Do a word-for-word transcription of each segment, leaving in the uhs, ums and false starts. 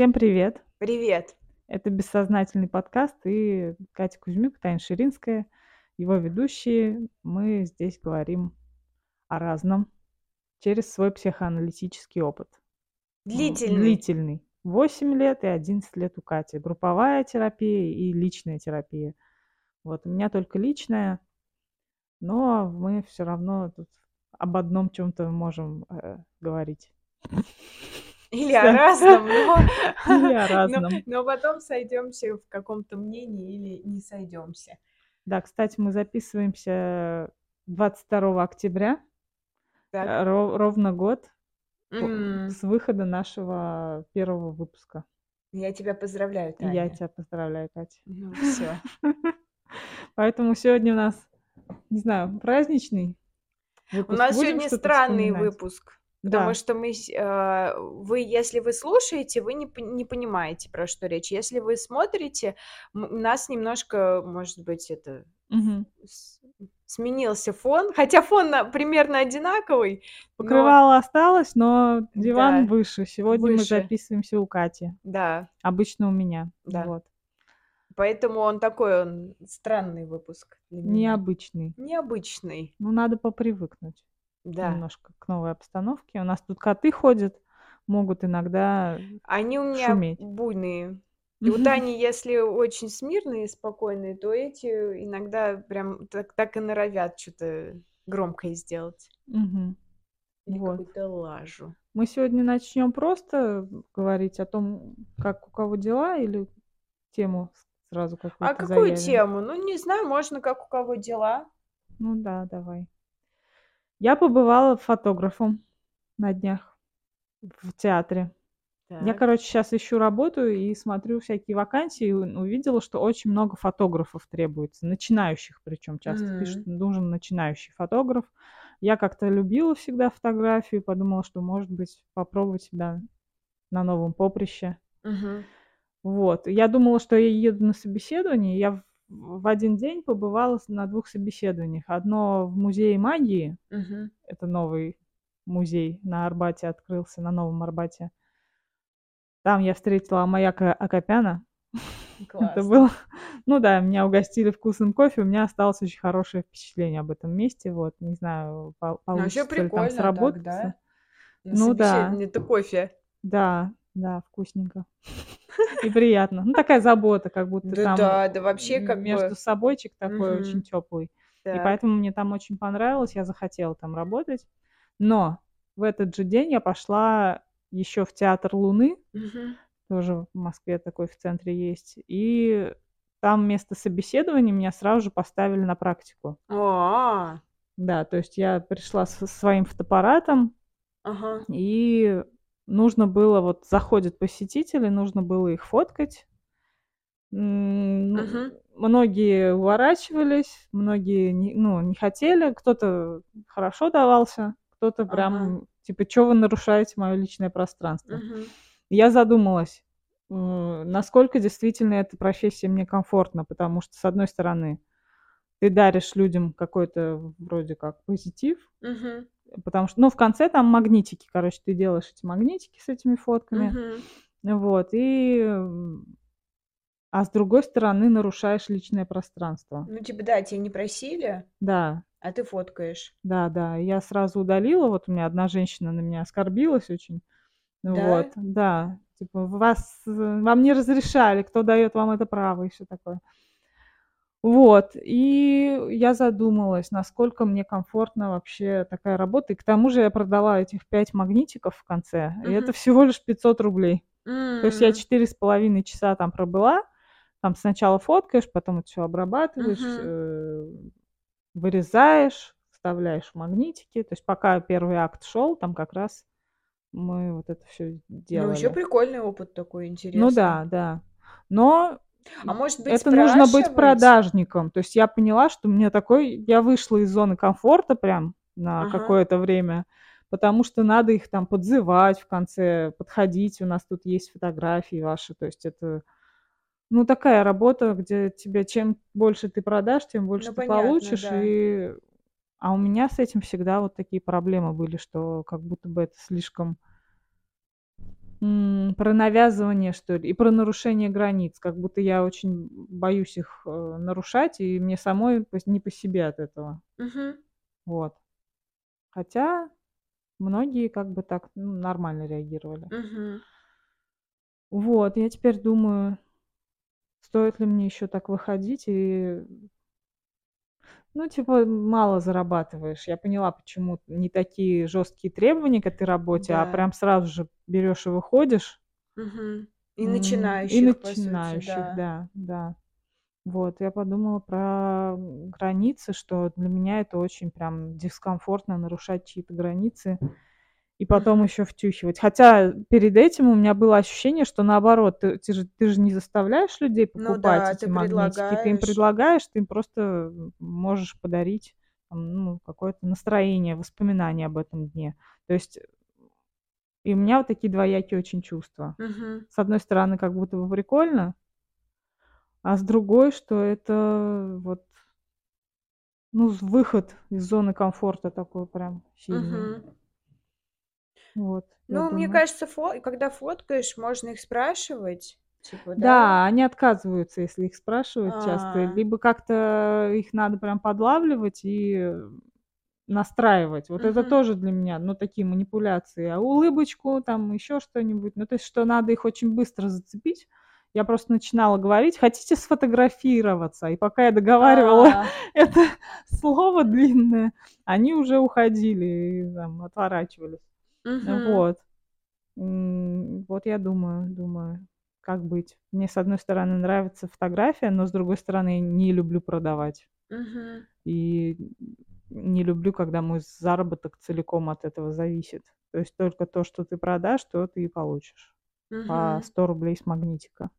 Всем привет! Привет! Это "Бессознательный подкаст" и Катя Кузьмюк, Таня Ширинская, его ведущие. Мы здесь говорим о разном через свой психоаналитический опыт. М, Длительный. длительный. восемь лет и одиннадцать лет у Кати. Групповая терапия и личная терапия. Вот у меня только личная, но мы всё равно тут об одном чём-то можем, э, говорить. Или о Вся разном, но Или о но разном. но потом сойдёмся в каком-то мнении или не сойдёмся. Да, кстати, мы записываемся двадцать второго октября. Так. Э, ро ровно год по М. с выхода нашего первого выпуска. Я тебя поздравляю, И я Таня. тя поздравляю, Катя. Ну всё. Поэтому сегодня у нас, не знаю, праздничный У выпуск. нас Будем сегодня что-то странный вспоминать? выпуск, потому Да. что мы с э, вы, если вы слушаете, вы не пони не понимаете, про что речь. Если вы смотрите, м у нас немножко, может быть, это Мгм. с сменился фон, хотя фон на примерно одинаковый, но Покрывало осталось, но диван Да, выше. Сегодня мы выше. записываемся у Кати. Да. Обычно у меня. Да. Вот. Поэтому он такой, он странный выпуск для меня. Необычный. Необычный. Ну, надо попривыкнуть Да. немножко к новой обстановке. У нас тут коты ходят, могут иногда Они у меня шуметь. буйные. И у Тани, если очень смирные и спокойные, то эти иногда прям так так и норовят чё-то громкое сделать. Мгм. Или Вот. какую-то лажу. Мы сегодня начнём просто говорить о том, как у кого дела, или тему с сразу А какую-то какую заявим? тему? Ну, не знаю, можно, как у кого дела. Ну да, давай. Я побывала фотографом на днях в театре. Я, Так. короче, щас ищу работу и смотрю всякие вакансии, и у увидела, что очень много фотографов требуется, начинающих причём. Часто пишут: М. "Нужен начинающий фотограф". Я как-то любила всегда фотографию, подумала, что, может быть, попробовать себя на новом поприще. Мгм. Вот. Я думала, что я еду на собеседование. Я в в один день побывала с на двух собеседованиях. Одно в музее магии. Мгм. Это новый музей на Арбате открылся, на Новом Арбате. Там я встретила Амаяка Акопяна. Это Классно. было ну да, меня угостили вкусным кофе, у меня осталось очень хорошее впечатление об этом месте. Вот, не знаю, по Ну, вообще получится ли там прикольно так, сработаться. да? На Ну да. собеседование-то кофе. Да, да, вкусненько и приятно. Ну, такая забота, как будто Да там, да, да вообще м, как между бы собойчик такой очень Мгм. тёплый. И Так. поэтому мне там очень понравилось, я захотела там работать. Но в этот же день я пошла ещё в Театр Луны, Мгм. тоже в Москве такой в центре есть, и там вместо собеседования меня сразу же поставили на практику. А. Да, то есть я пришла со своим фотоаппаратом, Ага. и нужно было вот заходят посетители, нужно было их фоткать. М, ну, Мгм. многие уворачивались, многие не ну, не хотели, кто-то хорошо давался, кто-то Ага. прям типа: "Чё вы нарушаете моё личное пространство?" Мгм. Я задумалась, м, насколько действительно эта профессия мне комфортна, потому что, с одной стороны, ты даришь людям какой-то вроде как позитив, Мгм. потому что, ну, в конце там магнитики, короче, ты делаешь эти магнитики с этими фотками. Мгм. Вот, и, м, а с другой стороны, нарушаешь личное пространство. Ну, типа, да, тя не просили, Да. а ты фоткаешь. Да-да, и я сразу удалила. Вот у меня одна женщина на меня оскорбилась очень. Да? Вот, да, типа: "Вас вам не разрешали, кто даёт вам это право?" И всё такое. Вот, и я задумалась, насколько мне комфортна вообще такая работа. И к тому же я продала этих пять магнитиков в конце, и это Мгм. всего лишь пятьсот рублей. То есть я М. четыре с половиной часа там пробыла. Там сначала фоткаешь, потом это всё обрабатываешь, Мгм. э, вырезаешь, вставляешь в магнитики. То есть пока первый акт шёл, там как раз мы вот это всё Ну, вообще делали. прикольный опыт такой, Ну интересный. да, да. Но, А м, может быть, это нужно быть спрашивать? продажником. То есть я поняла, что мне такой я вышла из зоны комфорта прям на Ага. какое-то время, потому что надо их там подзывать в конце: "Подходите, у нас тут есть фотографии ваши". То есть это, ну, такая работа, где тебе чем больше ты продашь, тем больше Ну, ты понятно, получишь. да. И, а у меня с этим всегда вот такие проблемы были, что как будто бы это слишком М, про навязывание, что ли, и про нарушение границ. Как будто я очень боюсь их, э, нарушать, и мне самой пос не по себе от этого. Мгм. Вот. Хотя многие как бы так, ну, нормально реагировали. Мгм. Вот, я теперь думаю, стоит ли мне еще так выходить и ну, типа, мало зарабатываешь. Я поняла, почему не такие жесткие требования к этой работе, а Да. прям сразу же берешь и выходишь. Мгм. И М, и начинающих, по сути, начинающих, да. да, да. Вот, я подумала про, м, границы, что для меня это очень прям дискомфортно нарушать чьи-то границы и потом Мгм. еще втюхивать. Хотя перед этим у меня было ощущение, что наоборот, ты ты же ты же не заставляешь людей Ну покупать да, ты эти магнитики, ты им предлагаешь. предлагаешь, ты им просто, м, можешь подарить, там, ну, какое-то настроение, воспоминания об этом дне. То есть, и у меня вот такие двоякие очень чувства. Мгм. С одной стороны, как будто бы прикольно, а с другой, что это вот, ну, з выход из зоны комфорта такой прям сильный. Мгм. Вот, я Ну, мне думаю. кажется, фо когда фоткаешь, можно их спрашивать, типа, да? Да, они отказываются, если их спрашивают часто. А. Либо как-то их надо прям подлавливать и настраивать. Вот это Мгм. тоже для меня, ну, такие манипуляции. А улыбочку, там еще что-нибудь, ну, то есть, что надо их очень быстро зацепить. Я просто начинала говорить: "Хотите сфотографироваться?" И пока я договаривала А. это слово длинное, они уже уходили и там отворачивались. Мгм. Вот. М, вот я думаю думаю, как быть. Мне, с одной стороны, нравится фотография, но с другой стороны, не люблю продавать. Мгм. И не люблю, когда мой заработок целиком от этого зависит. То есть только то, что ты продашь, то ты и получишь. По Мгм. сто рублей с магнитика.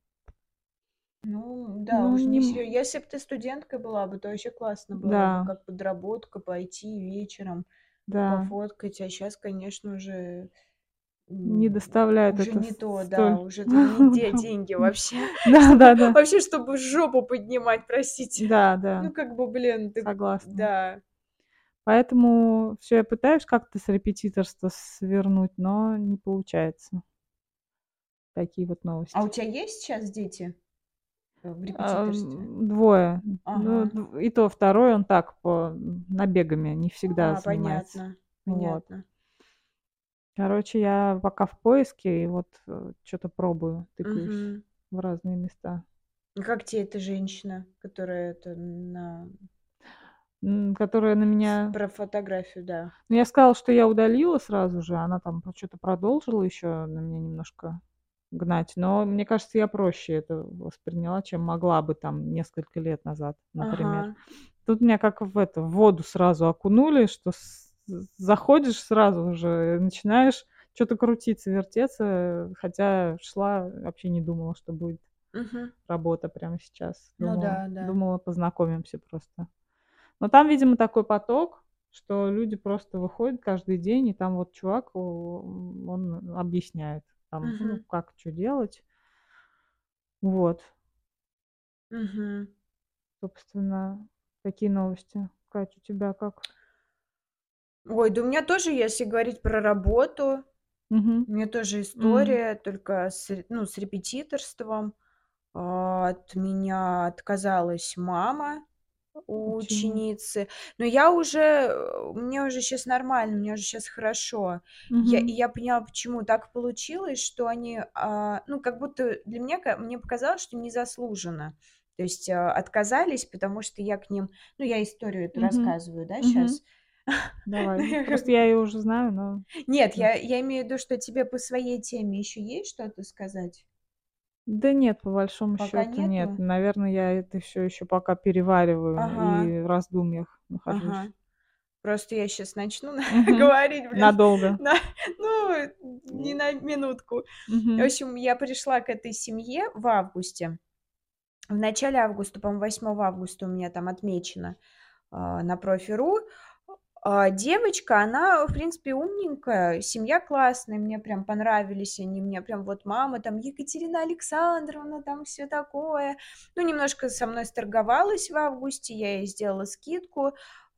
Ну да, Ну, уже не не м серьё Если б ты студенткой была бы, то вообще классно было бы, Да. как подработка, пойти вечером, Да. пофоткать. А щас, конечно, уже, Не м, доставляет уже это не с то, да, столь уже это не де удов деньги вообще, чтобы Да-да-да. вообще, чтобы жопу поднимать, простите. Да, да. Ну, как бы, блин, ты Согласна. да. Поэтому всё я пытаюсь как-то с репетиторства свернуть, но не получается. Такие вот А у новости. тя есть щас дети? Э, в репетиторстве? Ам, двое. Ну, Ага. дв и то второй, он так, по набегами, не всегда А, занимается. понятно, Вот. понятно. Короче, я пока в поиске и вот, э, чё-то пробую, тыкаюсь Мгм. в разные места. А как те эта женщина, которая это на М, которая на с меня про фотографию, да. Ну, я сказала, что я удалила сразу же, она там по чё-то продолжила ещё на меня немножко гнать, но мне кажется, я проще это восприняла, чем могла бы там несколько лет назад, например. Ага. Тут меня как в это, в воду сразу окунули, что с заходишь сразу же, начинаешь чё-то крутиться, вертеться, хотя шла, вообще не думала, что будет Мгм. работа прямо сейчас. Ну Думала да, да. думала, познакомимся просто. Но там, видимо, такой поток, что люди просто выходят каждый день, и там вот чувак, о он объясняет там, ну, Мгм. как чё делать. Вот. Мгм. Собственно, такие новости. Кать, у тебя как? Ой, да у меня тоже, если говорить про работу, Мгм. у меня тоже М. история, только с ре ну, с репетиторством. А, от меня отказалась мама у Почему? ученицы. Но я уже, э, мне уже щас нормально, мне уже щас хорошо. Я и Мгм. я поняла, почему так получилось, что они, а, ну, как будто для меня ка мне показалось, что незаслуженно. То есть, а, отказались, потому что я к ним ну, я историю эту Мгм. рассказываю, да, Мгм. щас? Ну, Давай. я как Просто я её уже знаю, но Нет, да. я я имею в виду, что тебе по своей теме ещё есть что-то сказать? Да нет, по большому Пока счёту нет. нету? Наверно, я это всё ещё пока перевариваю Ага. и в раздумьях нахожусь. Ага. Просто я щас начну Мгм. говорить, блин, Надолго. на ну, не на минутку. В Мгм. общем, я пришла к этой семье в августе. В начале августа, по-моему, восьмого августа у меня там отмечено, а, на профи.ру. А, девочка, она, в принципе, умненькая, семья классная, мне прям понравились они. Мне прям вот мама там: "Екатерина Александровна", там всё такое. Ну, немножко со мной сторговалась в августе, я ей сделала скидку.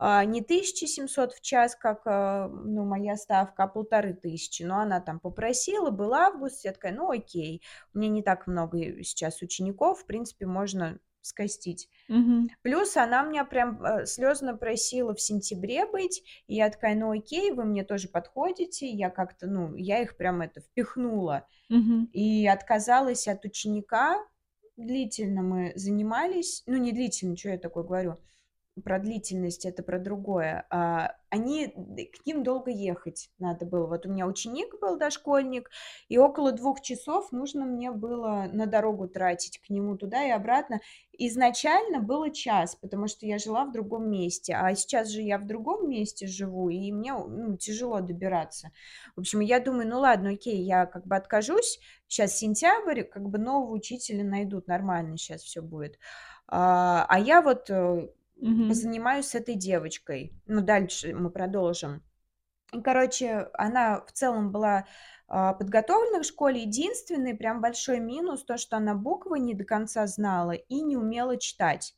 а, не тысяча семьсот в час, как, а, ну, моя ставка, а полторы тысячи. Но она там попросила, был август, я такая: "Ну, окей, у меня не так много и сейчас учеников, в принципе, можно скостить". Мгм. Плюс она меня прям, э, слезно просила в сентябре быть, и я такая: "Ну, окей, вы мне тоже подходите". Я как-то, ну, я их прям это впихнула Мгм. и отказалась от ученика. Длительно мы занимались, ну, не длительно, чё я такое говорю, про длительность- это про другое. А, они д к ним долго ехать надо было. Вот у меня ученик был, дошкольник, и около двух часов нужно мне было на дорогу тратить к нему туда и обратно. Изначально было час, потому что я жила в другом месте, а сейчас же я в другом месте живу, и мне, ну, тяжело добираться. В общем, я думаю: "Ну ладно, окей, я как бы откажусь. Щас сентябрь, как бы нового учителя найдут, нормально щас всё будет. А, а я вот, э, Мгм. позанимаюсь с этой девочкой". Ну, дальше мы продолжим. И, короче, она в целом была, а, подготовлена к школе. Единственный прям большой минус- то, что она буквы не до конца знала и не умела читать.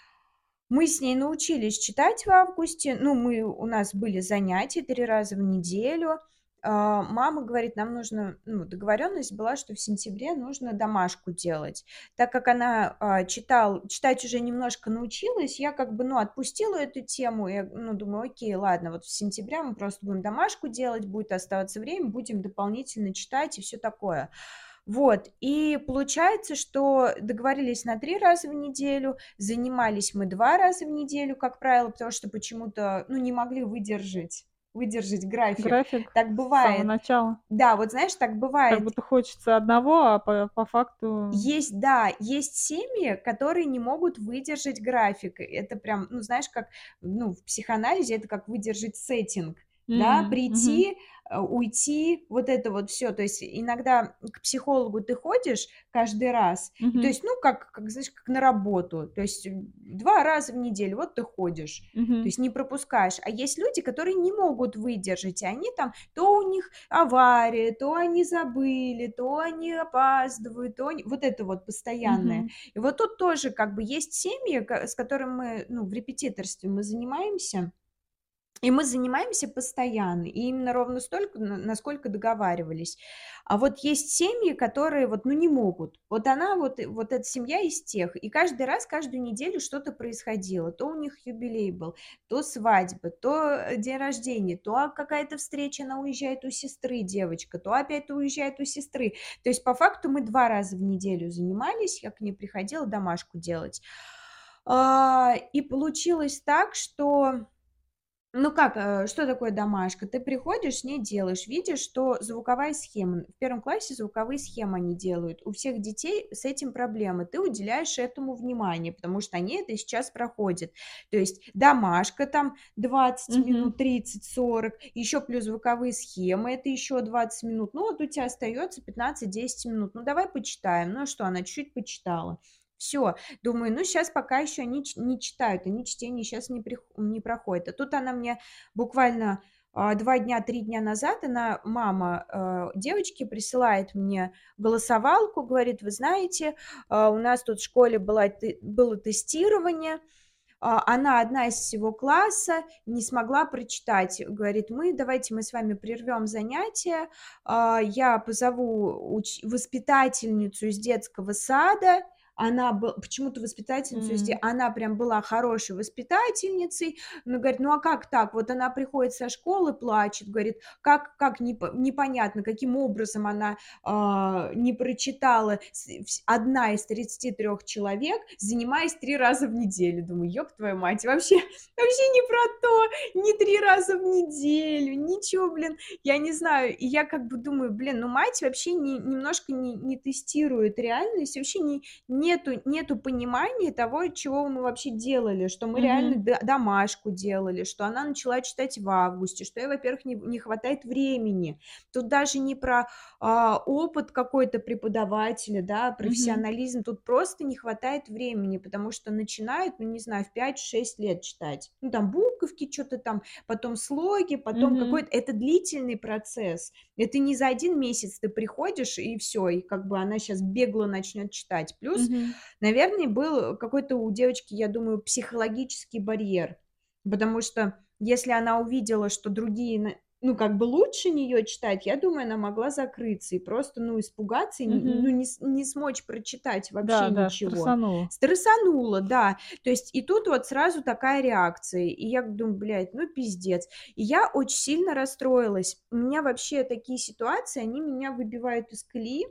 Мы с ней научились читать в августе. Ну, мы у нас были занятия три раза в неделю. А, мама говорит, нам нужно, ну, договоренность была, что в сентябре нужно домашку делать. Так как она, а, читал читать уже немножко научилась, я как бы, ну, отпустила эту тему. Я, ну, думаю: "Окей, ладно, вот в сентябре мы просто будем домашку делать, будет оставаться время, будем дополнительно читать и всё такое". Вот, и получается, что договорились на три раза в неделю, занимались мы два раза в неделю, как правило, потому что почему-то, ну, не могли выдержать выдержать график. График Так с самого бывает. начала. Да, вот знаешь, так Как бывает. будто хочется одного, а по по факту Есть, да, есть семьи, которые не могут выдержать график. Это прям, ну, знаешь, как, ну, в психоанализе это как выдержать сеттинг, да: М, мгм. прийти, э, уйти, вот это вот всё. То есть иногда к психологу ты ходишь каждый раз, и то Мгм. есть, ну, как как, знаешь, как на работу. То есть два раза в неделю вот ты ходишь, то Мгм. есть не пропускаешь. А есть люди, которые не могут выдержать, и они там то у них авария, то они забыли, то они опаздывают, то они вот это вот постоянное. Мгм. И вот тут тоже как бы есть семьи, ка с которыми мы, ну, в репетиторстве мы занимаемся, и мы занимаемся постоянно, и именно ровно столько, на насколько договаривались. А вот есть семьи, которые вот, ну, не могут. Вот она вот вот эта семья из тех, и каждый раз, каждую неделю что-то происходило. То у них юбилей был, то свадьба, то, э, день рождения, то, а, какая-то встреча, она уезжает у сестры, девочка, то опять уезжает у сестры. То есть по факту мы два раза в неделю занимались, я к ней приходила домашку делать. А, и получилось так, что ну как, э, что такое домашка? Ты приходишь, с ней делаешь, видишь, что звуковая схема. В первом классе звуковые схемы они делают. У всех детей с этим проблемы. Ты уделяешь этому внимание, потому что они это сейчас проходят. То есть домашка там двадцать Мгм. минут, тридцать сорок, еще плюс звуковые схемы- это еще двадцать минут. Ну, вот у тя остается пятнадцать десять минут. Ну, давай почитаем. Ну, а что, она чуть-чуть почитала. Всё. Думаю, ну, щас пока еще они ч не читают, они чтение щас не прих не проходят. А тут она мне буквально, а, два дня, три дня назад, она, мама, э, девочки, присылает мне голосовалку, говорит: "Вы знаете, а, у нас тут в школе была ты было тестирование, а, она одна из всего класса не смогла прочитать". Говорит: "Мы давайте мы с вами прервем занятия, а, я позову уч воспитательницу из детского сада". Она бы почему-то воспитательницу из де М. она прям была хорошей воспитательницей. Она говорит: "Ну, а как так? Вот она приходит со школы, плачет". Говорит: "Как как непо непонятно, каким образом она, а, не прочитала с вс одна из тридцати трёх человек, занимаясь три раза в неделю". Думаю: "Ёб твою мать, вообще вообще не про то, не три раза в неделю, ничего, блин, я не знаю". И я как бы думаю: "Блин, ну, мать вообще не немножко не не тестирует реальность, вообще не нету нету понимания того, чего мы вообще делали, что мы реально Мгм. д домашку делали, что она начала читать в августе, что ей, во-первых, не не хватает времени". Тут даже не про, а, опыт какой-то преподавателя, да, Мгм. профессионализм, тут просто не хватает времени, потому что начинают, ну, не знаю, в пять шесть лет читать. Ну, там буковки, чё-то там, потом слоги, потом Мгм. какой-то это длительный процесс. Это не за один месяц ты приходишь и всё, и как бы она щас бегло начнет читать. Плюс, Мгм. наверное, был какой-то у девочки, я думаю, психологический барьер. Потому что если она увидела, что другие, на ну, как бы лучше неё читают, я думаю, она могла закрыться и просто, ну, испугаться, и, н ну, Мгм. не с не смочь прочитать вообще Да, да, ничего. стрессануло. Стрессанула, да. То есть и тут вот сразу такая реакция. И я думаю: "Блядь, ну пиздец". И я очень сильно расстроилась. У меня вообще такие ситуации, они меня выбивают из колеи.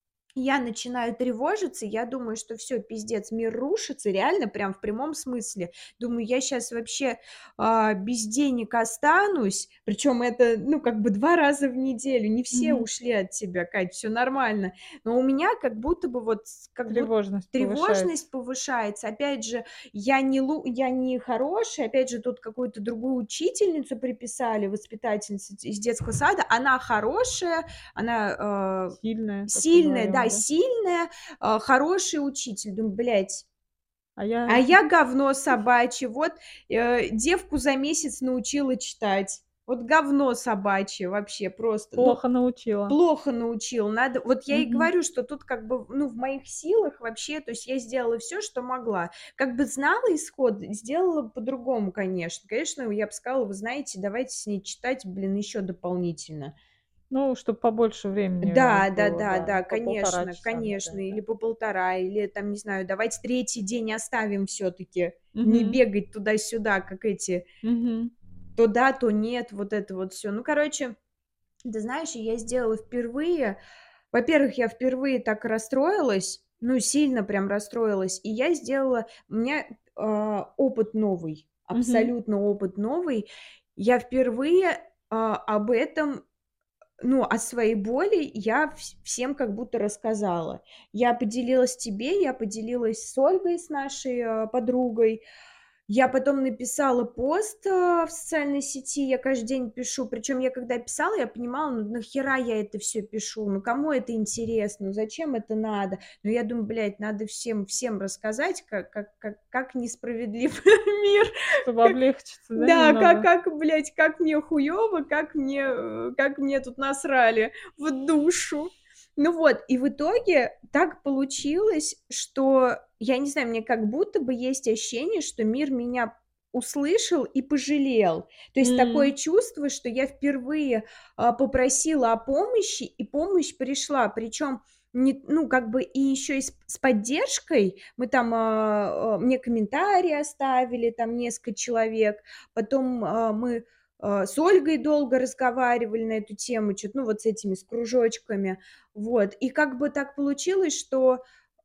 Я начинаю тревожиться, я думаю, что всё, пиздец, мир рушится, реально, прям в прямом смысле. Думаю, я щас вообще, а, без денег останусь, причём это, ну, как бы два раза в неделю. Не все Мгм. ушли от тебя, Кать, всё нормально. Но у меня как будто бы вот с как будто Тревожность повышается. тревожность повышается. Опять же, я не лу я не хорошая, опять же, тут какую-то другую учительницу приписали, воспитательницу из детского сада. Она хорошая, она, э, Сильная, то, что сильная, говорила, да, да? сильная, а, хороший учитель. Думаю: "Блядь, А а я я говно собачье, вот, э, девку за месяц научила читать. Вот говно собачье вообще просто, ну, плохо научила. плохо научила". Надо вот я и Мгм. говорю, что тут как бы, ну, в моих силах вообще, то есть я сделала всё, что могла. Как бы знала исход, сделала бы по-другому, конечно. Конечно, я б сказала: "Вы знаете, давайте с ней читать, блин, ещё дополнительно". Ну, чтоб побольше времени у вас Да, было, да, да-да-да, не по полтора конечно, часа, конечно. Или наверняка. по полтора, или там, не знаю, давайте третий день оставим всё-таки. Не Мгм. бегать туда-сюда, как эти Мгм. то да, то нет, вот это вот всё. Ну, короче, ты знаешь, я сделала впервые. Во-первых, я впервые так расстроилась, ну, сильно прям расстроилась, и я сделала у меня, а, опыт новый, Мгм. абсолютно опыт новый. Я впервые, а, об этом, ну, о своей боли я вс всем как будто рассказала. Я поделилась тебе, я поделилась с Ольгой, с нашей, а, подругой. Я потом написала пост, а, в социальной сети, я каждый день пишу. Причём я когда писала, я понимала: "Ну, нахера я это всё пишу? Ну, кому это интересно? Ну, зачем это надо?" Но я думаю: "Блядь, надо всем всем рассказать, как как как как несправедлив мир, Чтобы как облегчиться, да, да, как немного? как, блядь, как мне хуёво, как мне, э, как мне тут насрали в душу". Ну вот, и в итоге так получилось, что, я не знаю, мне как будто бы есть ощущение, что мир меня услышал и пожалел. То есть такое М. чувство, что я впервые, а, попросила о помощи, и помощь пришла. Причём не ну, как бы и ещё и с с поддержкой. Мы там, а, а, мне комментарии оставили, там несколько человек. Потом, а, мы, а, с Ольгой долго разговаривали на эту тему, чё-то, ну, вот с этими, с кружочками. Вот. И как бы так получилось, что,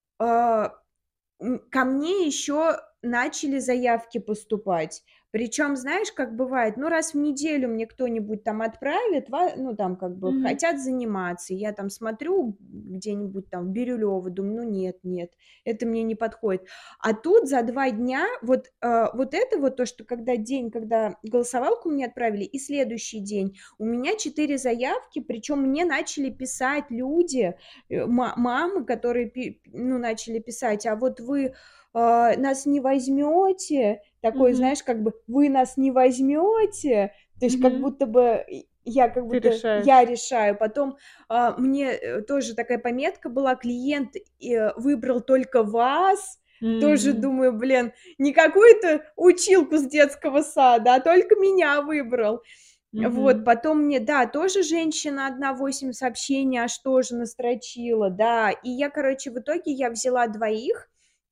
а, м, ко мне ещё начали заявки поступать. Причём, знаешь, как бывает, ну, раз в неделю мне кто-нибудь там отправит, ва ну, там как бы Мгм. хотят заниматься. Я там смотрю где-нибудь там в Бирюлёво, думаю: "Ну нет, нет, это мне не подходит". А тут за два дня вот, а, вот это вот то, что когда день, когда голосовалку мне отправили, и следующий день у меня четыре заявки, причём мне начали писать люди, э, ма мамы, которые пи ну, начали писать: "А вот вы, а, нас не возьмёте?" Такой, Мгм. знаешь, как бы: "Вы нас не возьмёте?" То есть как Мгм. будто бы и я как Ты будто я решаешь. решаю. Потом, а, мне, э, тоже такая пометка была: "Клиент, э, выбрал только вас". Тоже М. думаю: "Блин, не какую-то училку с детского сада, а только меня выбрал". Вот. Мгм. Потом мне, да, тоже женщина одна восемь сообщений аж тоже настрочила, да. И я, короче, в итоге я взяла двоих.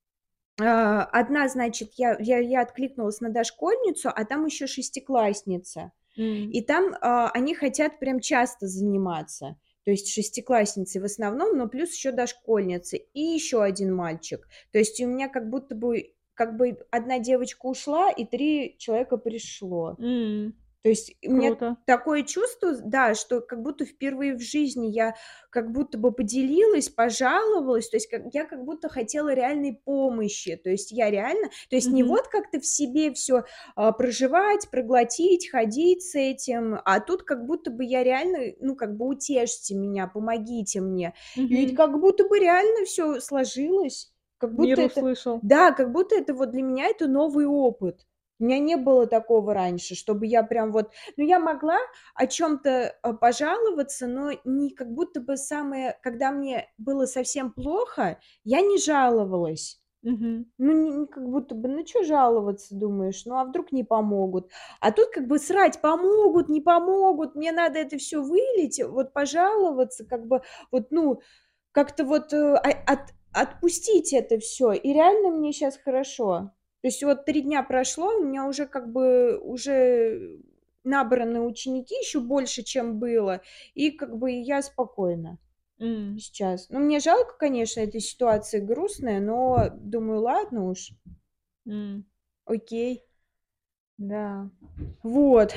А, одна, значит, я я я откликнулась на дошкольницу, а там ещё шестиклассница. М. И там, а, они хотят прям часто заниматься. То есть шестиклассницы в основном, но плюс ещё дошкольницы и ещё один мальчик. То есть у меня как будто бы, как бы одна девочка ушла, и три человека пришло. М. То есть у меня Круто. такое чувство, да, что как будто впервые в жизни я как будто бы поделилась, пожаловалась. То есть как я как будто хотела реальной помощи. То есть я реально то есть не Мгм. вот как-то в себе всё, а, проживать, проглотить, ходить с этим, а тут как будто бы я реально, ну, как бы: "Утешьте меня, помогите мне". И ведь Мгм. как будто бы реально всё сложилось. Как Мир будто это услышал. да, как будто это вот для меня это новый опыт. У меня не было такого раньше, чтобы я прям вот ну, я могла о чём-то, а, пожаловаться, но не как будто бы самое когда мне было совсем плохо, я не жаловалась. Мгм. Ну, не не как будто бы, ну, чё жаловаться, думаешь, ну, а вдруг не помогут? А тут как бы срать: помогут, не помогут, мне надо это всё вылить, вот пожаловаться, как бы вот, ну, как-то вот, э, а от отпустить это всё. И реально мне щас хорошо. То есть вот три дня прошло, у меня уже как бы уже набраны ученики ещё больше, чем было, и как бы я спокойна М. сейчас. Ну, мне жалко, конечно, этой ситуации, грустная, но думаю, ладно уж. М. Окей. Да. Вот.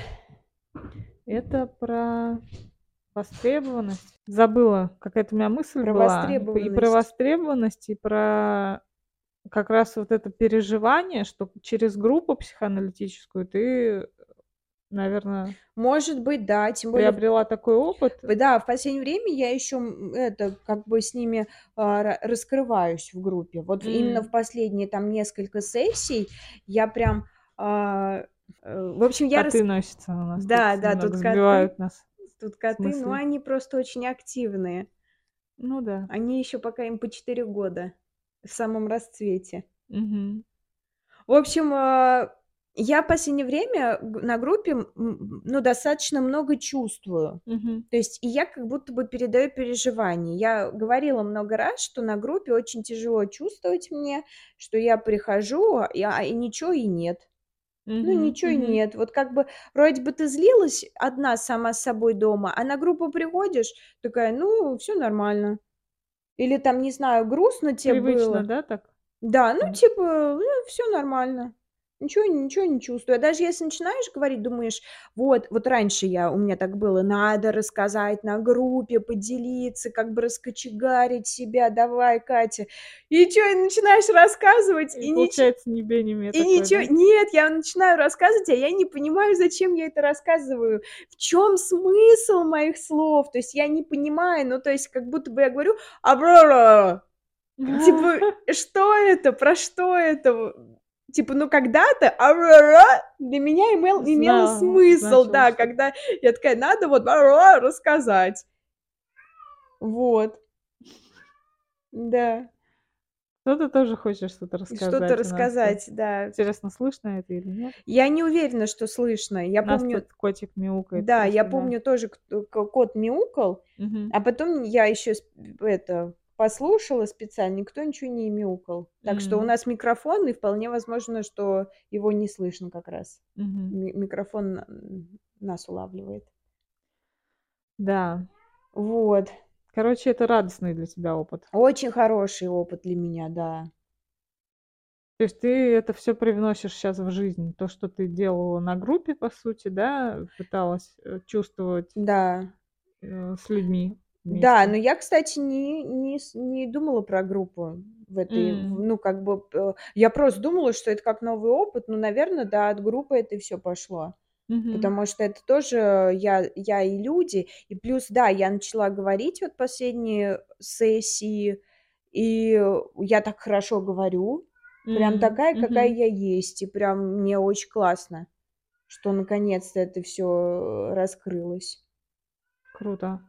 Это про востребованность. Забыла, какая-то у меня мысль Про была. П и про востребованность. востребованность, и про как раз вот это переживание, что через группу психоаналитическую ты, наверно Может быть, да, тем более в приобрела такой опыт. п да, в последнее время я ещё, м, это, как бы с ними, а, ра раскрываюсь в группе. Вот в именно в М. последние там несколько сессий я прям, а, э, в общем, я рас Коты носятся у нас тут, Да, да, тут немного коты, сбивают нас тут с коты, но мысли. они просто очень активные. Ну да. Они ещё пока им по четыре года, в самом расцвете. Мгм. В общем, а, я последнее время г на группе, м, м, ну, достаточно много чувствую. Мгм. То есть и я как будто бы передаю переживания. Я говорила много раз, что на группе очень тяжело чувствовать мне, что я прихожу, и, а, и ничего и нет. Ну, Мгм, ничего и мгм. нет. Вот как бы вроде бы ты злилась одна сама с собой дома, а на группу приходишь, такая: "Ну, всё нормально". Или там, не знаю, грустно те Привычно, было. да, так? Да, ну, М. типа, ну, всё нормально. Ничего ничего не чувствую. А даже если начинаешь говорить, думаешь: "Вот". Вот раньше я у меня так было: надо рассказать на группе, поделиться, как бы раскочегарить себя. Давай, Катя. И чё, и начинаешь рассказывать, И и ниче получается не бей, не имей и такое, ничего да? нет, я начинаю рассказывать, а я не понимаю, зачем я это рассказываю, в чём смысл моих слов. То есть я не понимаю, ну, то есть как будто бы я говорю: "А, типа, что это, про что это?" В типа, ну, когда-то для меня имел имело Знала смысл, значило да, что-то. когда я такая: "Надо вот рассказать". Вот. Да. Ну, ты тоже хочешь что-то И что-то рассказать у нас тут. рассказать, да. Интересно, слышно это или нет? Я не уверена, что слышно. Я У нас помню тут котик мяукает Да, я просто, да. помню тоже, кт ко кот мяукал, Мгм. а потом я еще с это, послушала специально, никто ничего не мяукал. Так что у М. нас микрофон, и вполне возможно, что его не слышно как раз. Мгм. Ми микрофон н нас улавливает. Да. Вот. Короче, это радостный для тебя опыт. Очень хороший опыт для меня, да. То есть ты это всё привносишь щас в жизнь? То, что ты делала на группе, по сути, да, пыталась, э, чувствовать Да. э, с людьми Да, вместе? но я, кстати, не не с не думала про группу в этой, в М. ну, как бы, п я просто думала, что это как новый опыт. Ну, наверно, да, от группы это всё пошло. Мгм. Потому что это тоже я я и люди. И плюс, да, я начала говорить вот последние сессии, и я так хорошо говорю. Прям М, такая, какая мгм. я есть. И прям мне очень классно, что наконец-то это всё раскрылось. Круто.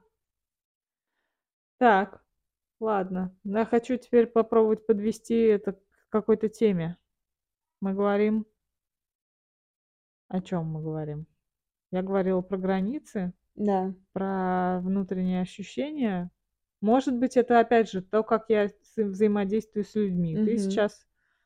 Так, ладно. Я хочу теперь попробовать подвести это к какой-то теме. Мы говорим О чём мы говорим? Я говорила про границы, Да. про внутренние ощущения. Может быть, это опять же то, как я с взаимодействую с людьми. Ты Мгм. сейчас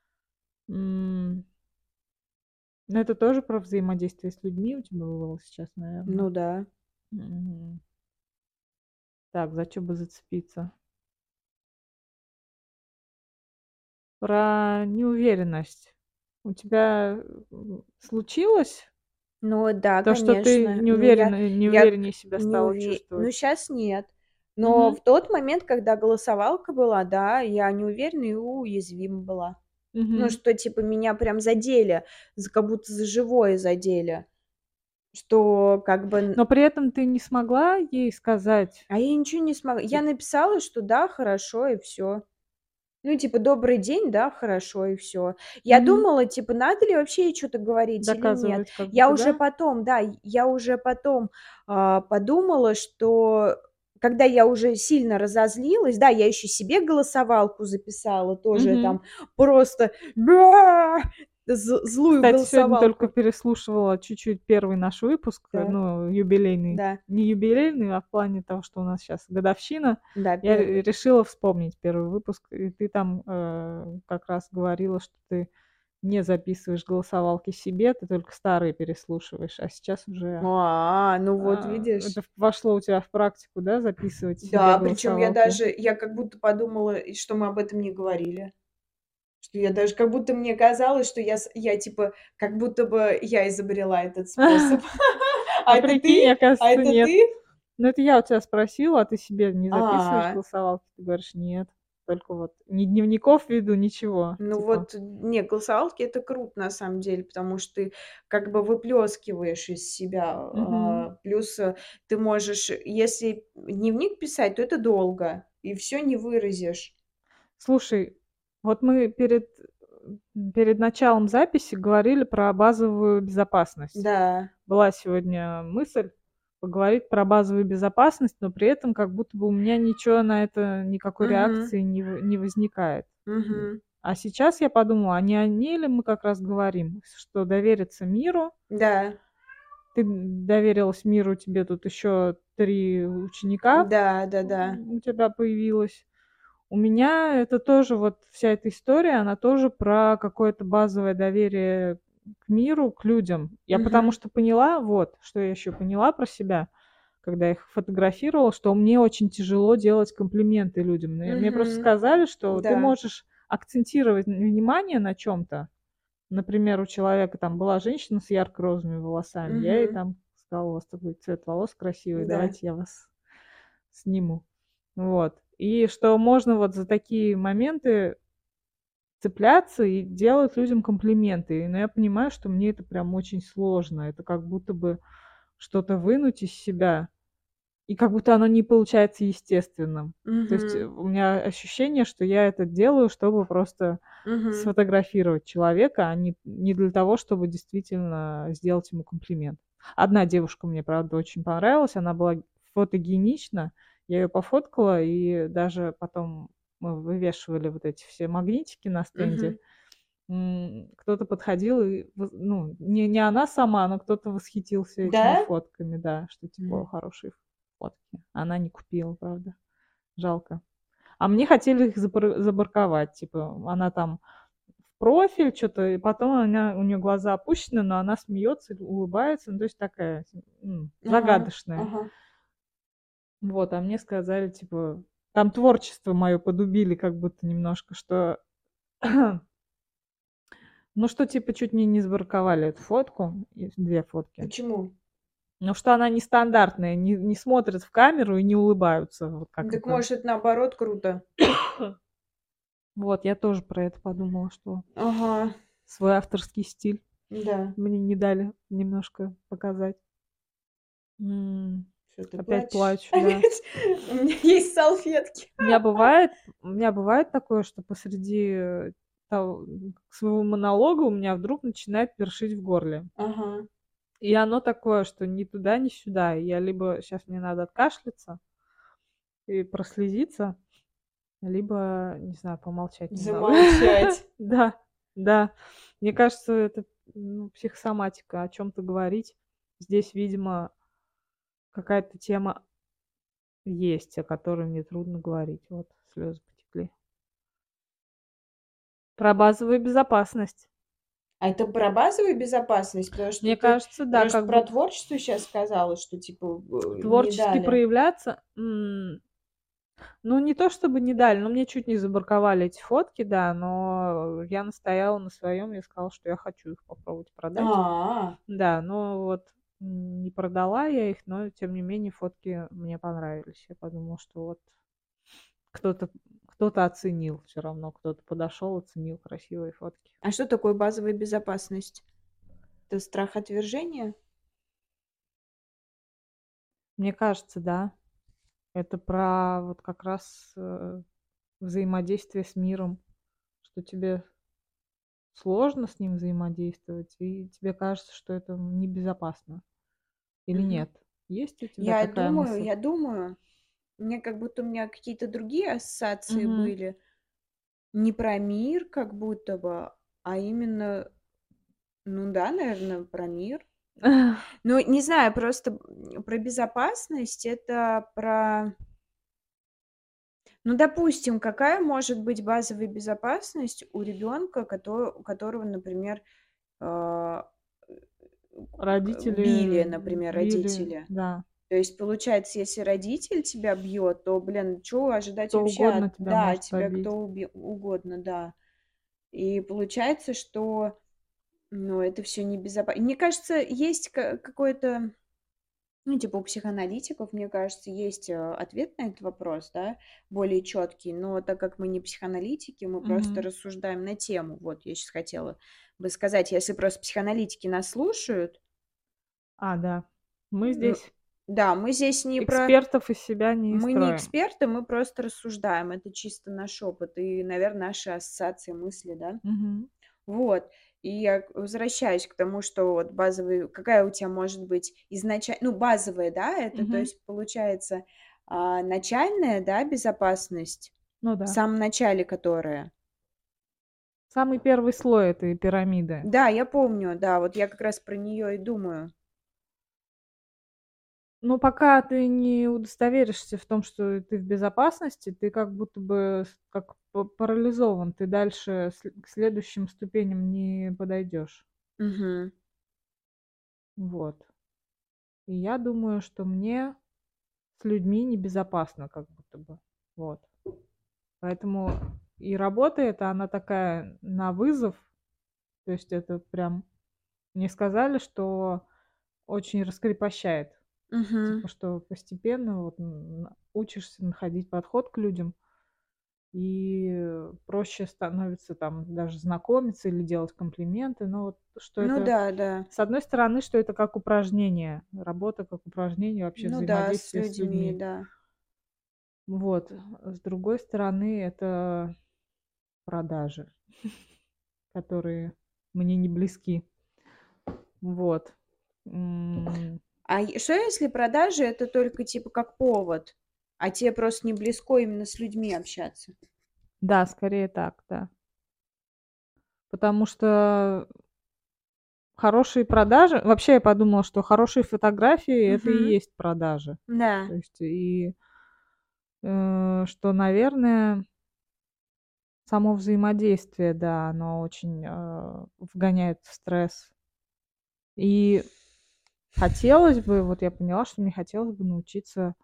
м ну, это тоже про взаимодействие с людьми у тебя было сейчас, наверно? Ну да. Мгм. Так, за чё бы зацепиться? Про неуверенность. У тебя, м, случилось Ну да, то, что ты конечно. Ну, я неуверенно я к неувереннее себя не стала уве ну, чувствовать? щас нет. Но Мгм. в тот момент, когда голосовалка была, да, я неуверена и уязвима была. Ну, Мгм. что типа меня прям задели, за как будто за живое задели. Что как бы н Но при этом ты не смогла ей сказать А я ничего не смог Ты я написала, что да, хорошо, и всё. Ну, типа: "Добрый день, да, хорошо", и всё. Я Мгм. думала, типа, надо ли вообще ей чё-то говорить или нет. Доказывать как Я будто, уже да? потом, да, я уже потом, а, подумала, что когда я уже сильно разозлилась, да, я еще себе голосовалку записала, тоже Мгм. там просто бра, з- злую Кстати, сегодня только голосовалку. переслушивала чуть-чуть первый наш выпуск, э, Так, ну, юбилейный. да, Не юбилейный, а в плане того, что у нас сейчас годовщина. да, Я ре первый. решила вспомнить первый выпуск, и ты там, э, как раз говорила, что ты не записываешь голосовалки себе, ты только старые переслушиваешь, а сейчас уже, А, ну вот а, видишь. это вошло у тебя в практику, да, записывать себе Да, причем я голосовалки? даже, я как будто подумала, и что мы об этом не говорили. Что я даже, как будто мне казалось, что я, с- я типа, как будто бы я изобрела этот способ. А А это ты? прикинь, А оказывается, это нет. ты? Ну, это я у тебя спросила, а ты себе не записываешь А, голосовалки? Ты говоришь: "Нет". Только вот ни дневников веду, ничего, ну типа. вот, не, голосовалки это круто на самом деле, потому что ты как бы выплескиваешь из себя. Мгм. а, Плюс э, ты можешь, если дневник писать, то это долго, и все не выразишь. Слушай, вот мы перед, м, перед началом записи говорили про базовую безопасность. Да. Была сегодня мысль поговорить про базовую безопасность, но при этом как будто бы у меня ничего на это, никакой Угу. реакции не вы не возникает. М, Угу. а сейчас я подумала, а не о ней ли мы как раз говорим, что довериться миру. Да. Ты доверилась миру, тебе тут еще три ученика, Да, да-да. м, у тебя появилось. У меня это тоже вот вся эта история, она тоже про какое-то базовое доверие к миру, к людям. Я потому Мгм. что поняла, вот, что я еще поняла про себя, когда их фотографировала, что мне очень тяжело делать комплименты людям. Мне мне просто Мгм. сказали, что ты Да. можешь акцентировать внимание на чем-то. Например, у человека там была женщина с ярко-розовыми волосами. Я ей Мгм. там сказала: "У вас такой цвет волос красивый, Да. давайте я вас сниму". Вот. И что можно вот за такие моменты цепляться и делать людям комплименты. Но я понимаю, что мне это прям очень сложно. Это как будто бы что-то вынуть из себя, и как будто оно не получается естественным. То есть, э, Мгм. у меня ощущение, что я это делаю, чтобы просто Мгм. сфотографировать человека, а не не для того, чтобы действительно сделать ему комплимент. Одна девушка мне, правда, очень понравилась. Она была фотогенична. Я ее пофоткала, и даже потом мы вывешивали вот эти все магнитики на стенде. Мгм. М, кто-то подходил и воз ну, не не она сама, но кто-то восхитился этими Да? фотками, да, что типа М. хорошие фотки. Она не купила, правда. Жалко. А мне хотели их запар забарковать. Типа она там в профиль что то и потом она у нее глаза опущены, но она смеется, улыбается. Ну, то есть такая, м, Ага. загадочная. Ага. Вот, а мне сказали, типа, там творчество мое подубили как будто немножко, что ну, что типа чуть мне не забраковали эту фотку, и две фотки. Почему? Ну, что она нестандартная, не не смотрят в камеру и не улыбаются, вот Ну, как так это. может, это наоборот круто. Вот, я тоже про это подумала, что Ага. свой авторский стиль Да. мне не дали немножко показать. М, Что ты опять плачешь? плачу, да. Опять? У меня есть салфетки. У меня бывает у меня бывает такое, что посреди, э, тов своего монолога у меня вдруг начинает першить в горле. Ага. И оно такое, что ни туда, ни сюда. И я либо сейчас мне надо откашляться и прослезиться, либо, не знаю, помолчать немного. Замолчать. Да, да. Мне кажется, это, ну, психосоматика, о чем то говорить. Здесь, видимо, какая-то тема есть, о которой мне трудно говорить. Вот слезы потекли. Про базовую безопасность. А это про базовую безопасность? Потому что Мне ты кажется, да, просто как про будто творчество сейчас сказала, что типа, э, не творчески дали. проявляться, м, ну, не то чтобы не дали, но мне чуть не забраковали эти фотки, да, но я настояла на своем, я сказала, что я хочу их попробовать продать. А. Да, но вот, м, не продала я их, но тем не менее фотки мне понравились. Я подумала, что вот кто-то кто-то оценил все равно, кто-то подошел, оценил красивые фотки. А что такое базовая безопасность? Это страх отвержения? Мне кажется, да, это про вот как раз, э, взаимодействие с миром, что тебе сложно с ним взаимодействовать, и тебе кажется, что это небезопасно. Или Мгм. нет? Есть у тебя Я такая думаю мысль? я думаю. Мне как будто у меня какие-то другие ассоциации Мгм. были. Не про мир как будто бы, а именно, ну да, наверно, про мир. Ну, не знаю, просто, м, про безопасность- это про ну, допустим, какая может быть базовая безопасность у ребенка, кото у которого, например, а, к били, Родители например, били, родители. да. То есть, получается, если родитель тебя бьет, то, блин, чё ожидать Кто вообще от угодно тебя да, может от тебя побить. кто уби угодно, да. И получается, что, ну, это всё небезопа мне кажется, есть ка какое-то, ну, типа у психоаналитиков, мне кажется, есть, а, ответ на этот вопрос, да, более чёткий. Но так как мы не психоаналитики, мы просто Мгм. рассуждаем на тему. Вот я щас хотела бы сказать, если просто психоаналитики нас слушают А, да. Мы ну здесь да, мы здесь не про экспертов из себя не мы не строим. эксперты, мы просто рассуждаем. Это чисто наш опыт и, наверно, наши ассоциации, мысли, да. Мгм. Вот. И я к возвращаюсь к тому, что вот базовый какая у тя может быть изнача ну, базовая, да, это, то Мгм. есть, получается, а, начальная, да, безопасность, Ну в да. самом начале которая. Самый первый слой этой пирамиды. Да, я помню, да, вот я как раз про неё и думаю. Ну, пока ты не удостоверишься в том, что ты в безопасности, ты как будто бы с как па парализован. Ты дальше сле к следующим ступеням не подойдёшь. Мгм. Вот. И я думаю, что мне с людьми небезопасно как будто бы. Вот. Поэтому и работа эта, она такая на вызов. То есть это прям мне сказали, что очень раскрепощает. Мгм. Типа, что постепенно вот н учишься находить подход к людям. И проще становится там даже знакомиться или делать комплименты. Но вот что Ну это, да, да. с одной стороны, что это как упражнение, работа как упражнение, вообще Ну да, с взаимодействие с людьми, людьми. да. Вот. С другой стороны, это продажи, которые мне не близки. Вот. М. А е что, если продажи- это только типа как повод, а те просто не близко именно с людьми общаться? Да, скорее так, да. Потому что хорошие продажи вообще, я подумала, что хорошие фотографии- это и Мгм. есть продажи. Да. То есть и э, что, наверное само взаимодействие, да, оно очень, а, вгоняет в стресс. И хотелось бы, вот я поняла, что мне хотелось бы научиться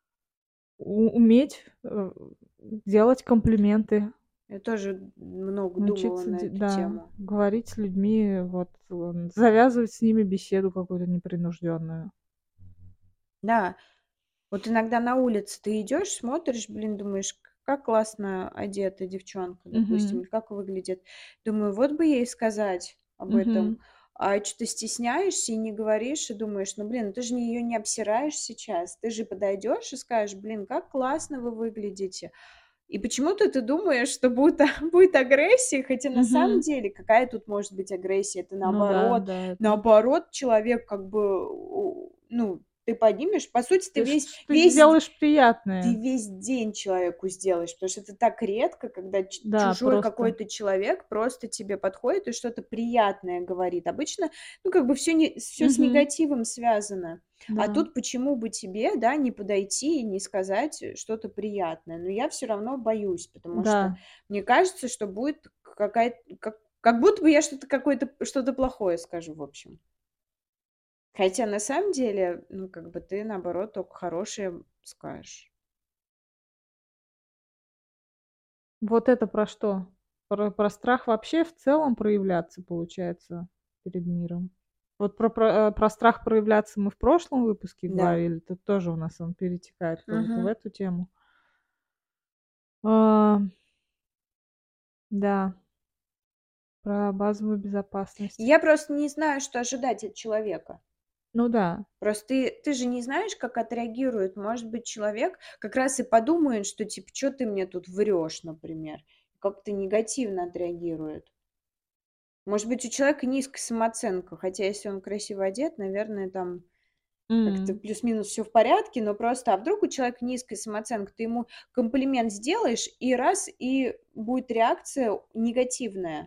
у уметь, э, делать комплименты. Я тоже много думала Научиться на де эту да, тему. говорить с людьми, вот, н завязывать с ними беседу какую-то непринужденную. Да. Вот иногда на улице ты идёшь, смотришь, блин, думаешь: к как классно одета девчонка, допустим, Мгм. или как выглядит. Думаю, вот бы ей сказать об этом. Мгм. А чё-то стесняешься и не говоришь, и думаешь: "Ну, блин, ты же не её не обсираешь сейчас". Ты же подойдёшь и скажешь: "Блин, как классно вы выглядите". И почему-то ты думаешь, что будет будет агрессия, хотя на самом Мгм. деле какая тут может быть агрессия? Это Ну да, наоборот да, это наоборот, человек как бы, у ну, ты поднимешь по сути, ты Ты ш весь ш ты весь д сделаешь ты приятное. весь день человеку сделаешь, потому что это так редко, когда ч Да, чужой просто. какой-то человек просто тебе подходит и что-то приятное говорит. Обычно, ну, как бы всё не всё с Мгм. негативом связано. А Да. тут почему бы тебе, да, не подойти и не сказать, э, что-то приятное? Но я всё равно боюсь, потому что Да. мне кажется, что будет к какая-то как как будто бы я что-то какое-то что-то плохое скажу, в общем. Хотя на самом деле, ну, как бы ты, наоборот, тока хорошее скажешь. Вот это про что? Про про страх вообще в целом проявляться, получается, перед миром? Вот про про э, про страх проявляться мы в прошлом выпуске Да. говорили, тут тоже у нас он перетекает как будто в Мгм. эту тему. А. Да. Про базовую безопасность. Я просто не знаю, что ожидать от человека. Ну да. Просто ты ты же не знаешь, как отреагирует. Может быть, человек как раз и подумает, что типа: "Чё ты мне тут врёшь?" Например. Как-то негативно отреагирует. Может быть, у человека низкая самооценка, хотя если он красиво одет, наверное, там Как-то М. плюс-минус все в порядке, но просто, а вдруг у человека низкая самооценка, ты ему комплимент сделаешь, и раз, и будет реакция негативная.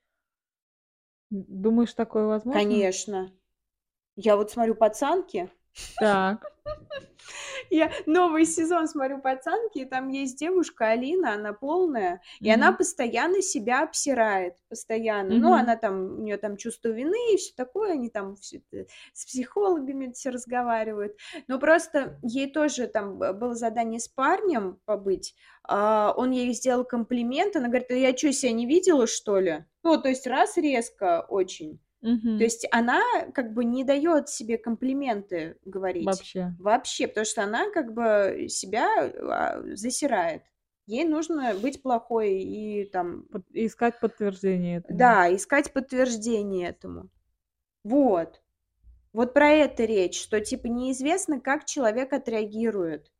Д думаешь, такое возможно? Конечно. Я вот смотрю "Пацанки", Так. я новый сезон смотрю "Пацанки", и там есть девушка Алина, она полная, и она Мгм. постоянно себя обсирает, постоянно. Ну, Мгм. она там, у нее там чувство вины и всё такое, они там всё это с психологами все разговаривают. Но просто ей тоже там б было задание с парнем побыть, а, он ей сделал комплимент, она говорит: "А я чё, себя не видела, что ли?" Ну, то есть раз резко очень. То Мгм. есть она как бы не дает себе комплименты говорить Вообще. вообще, потому что она как бы себя, а, засирает. Ей нужно быть плохой и там, Под искать подтверждение этому. да, искать подтверждение этому. Вот. Вот про это речь, что типа неизвестно, как человек отреагирует.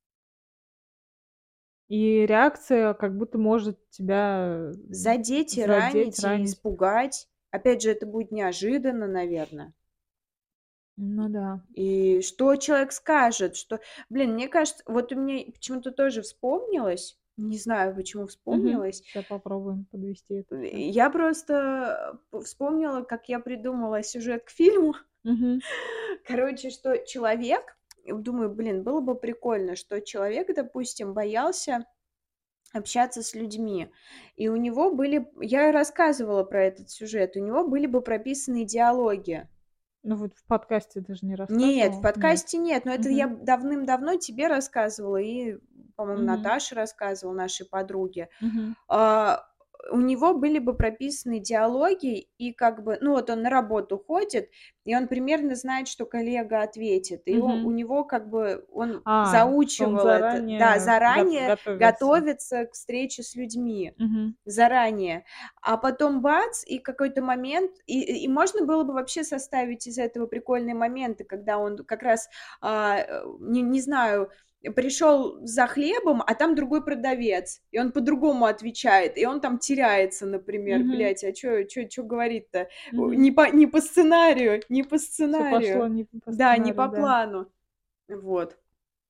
И реакция как будто может тебя, м, Задеть и задеть, ранить, и ранить. испугать. Опять же, это будет неожиданно, наверно. Ну да. И что человек скажет, что блин, мне кажется, вот у меня почему-то тоже вспомнилось, не знаю, почему Мгм. вспомнилось. Ща попробуем подвести это Э, всё. я просто, п вспомнила, как я придумала сюжет к фильму. Мгм. Короче, что человек, думаю, блин, было бы прикольно, что человек, допустим, боялся общаться с людьми, и у него были я рассказывала про этот сюжет, у него были бы прописаны диалоги. Ну вот в подкасте ты же не Нет, в рассказывал? Нет. подкасте нет, но это я Мгм. давным-давно тебе рассказывала и, по-моему, Мгм. Наташе рассказывала, нашей подруге. Мгм. А, у него были бы прописаны диалоги, и как бы, ну, вот он на работу ходит, и он примерно знает, что коллега ответит. И он у Мгм. него как бы он А, что он заучивал это, да, заранее го заранее готовился. готовится к встрече с людьми. Мгм. Заранее. А потом бац, и какой-то момент, и и можно было бы вообще составить из этого прикольные моменты, когда он как раз, а, э, не не знаю, пришел за хлебом, а там другой продавец, и он по-другому отвечает, и он там теряется, например. Мгм. Блядь, а чё чё чё говорить-то? У Мгм. не по не по сценарию, не по Всё пошло сценарию. не по Да, не сценарию, по да. плану. Вот.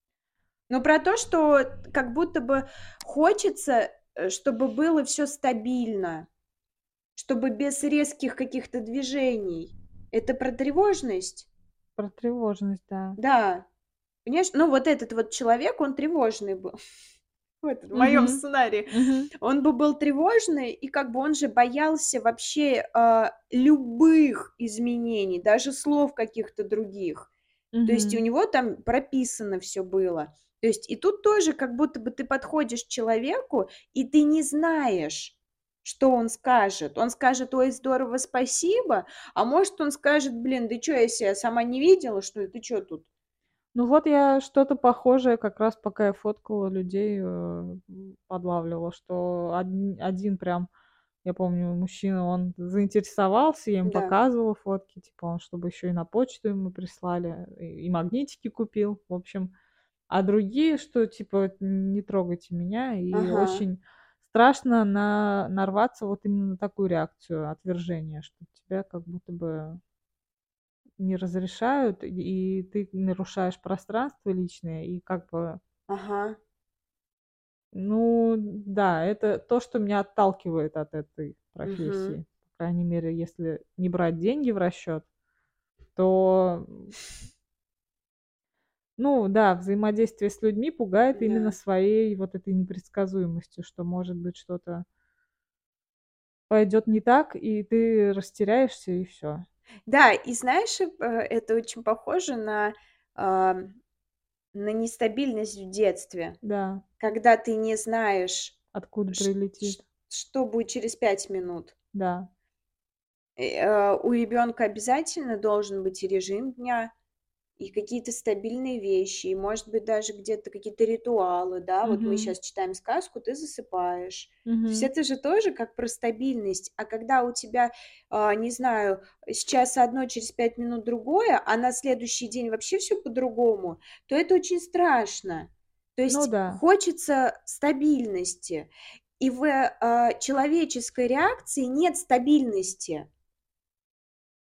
Но про то, что как будто бы хочется, э, чтобы было всё стабильно, чтобы без резких каких-то движений. Это про тревожность? Про тревожность, да. Да. Понимаешь, ну, вот этот вот человек, он тревожный был. Вот в моем Мгм. сценарии. Мгм. Он бы был тревожный, и как бы он же боялся вообще, а, любых изменений, даже слов каких-то других. То есть у Мгм. него там прописано всё было. То есть и тут тоже как будто бы ты подходишь к человеку, и ты не знаешь, что он скажет. Он скажет: "Ой, здорово, спасибо". А может, он скажет: "Блин, да чё, я себя сама не видела, что ли? Ты чё тут?" Ну вот я что-то похожее как раз, пока я фоткала людей, э, м, подлавливала, что одн один прям, я помню, мужчина, он заинтересовался, я ему Да. показывала фотки, типа он чтобы еще и на почту ему прислали, и и магнитики купил, в общем. А другие, что типа: "Не трогайте меня". И Ага. очень страшно на нарваться вот именно на такую реакцию отвержения, что тебя как будто бы не разрешают, и ты нарушаешь пространство личное, и как бы Ага. Ну да, это то, что меня отталкивает от этой Мгм. профессии. По крайней мере, если не брать деньги в расчет, то ну да, взаимодействие с людьми пугает именно Да. своей вот этой непредсказуемостью, что может быть что-то пойдет не так, и ты растеряешься, и всё. Да, и знаешь, э, это очень похоже на, ам, на нестабильность в детстве, Да. когда ты не знаешь, Откуда ш ш прилетит. что будет через пять минут. Да. Э, а, у ребенка обязательно должен быть и режим дня, и какие-то стабильные вещи, и, может быть, даже где-то какие-то ритуалы, да. Вот мы Мгм. щас читаем сказку, ты засыпаешь. То есть Мгм. это же тоже как про стабильность. А когда у тебя, а, не знаю, сейчас одно, через пять минут другое, а на следующий день вообще всё по-другому, то это очень страшно. То Ну есть да. хочется стабильности, и в, а, человеческой реакции нет стабильности.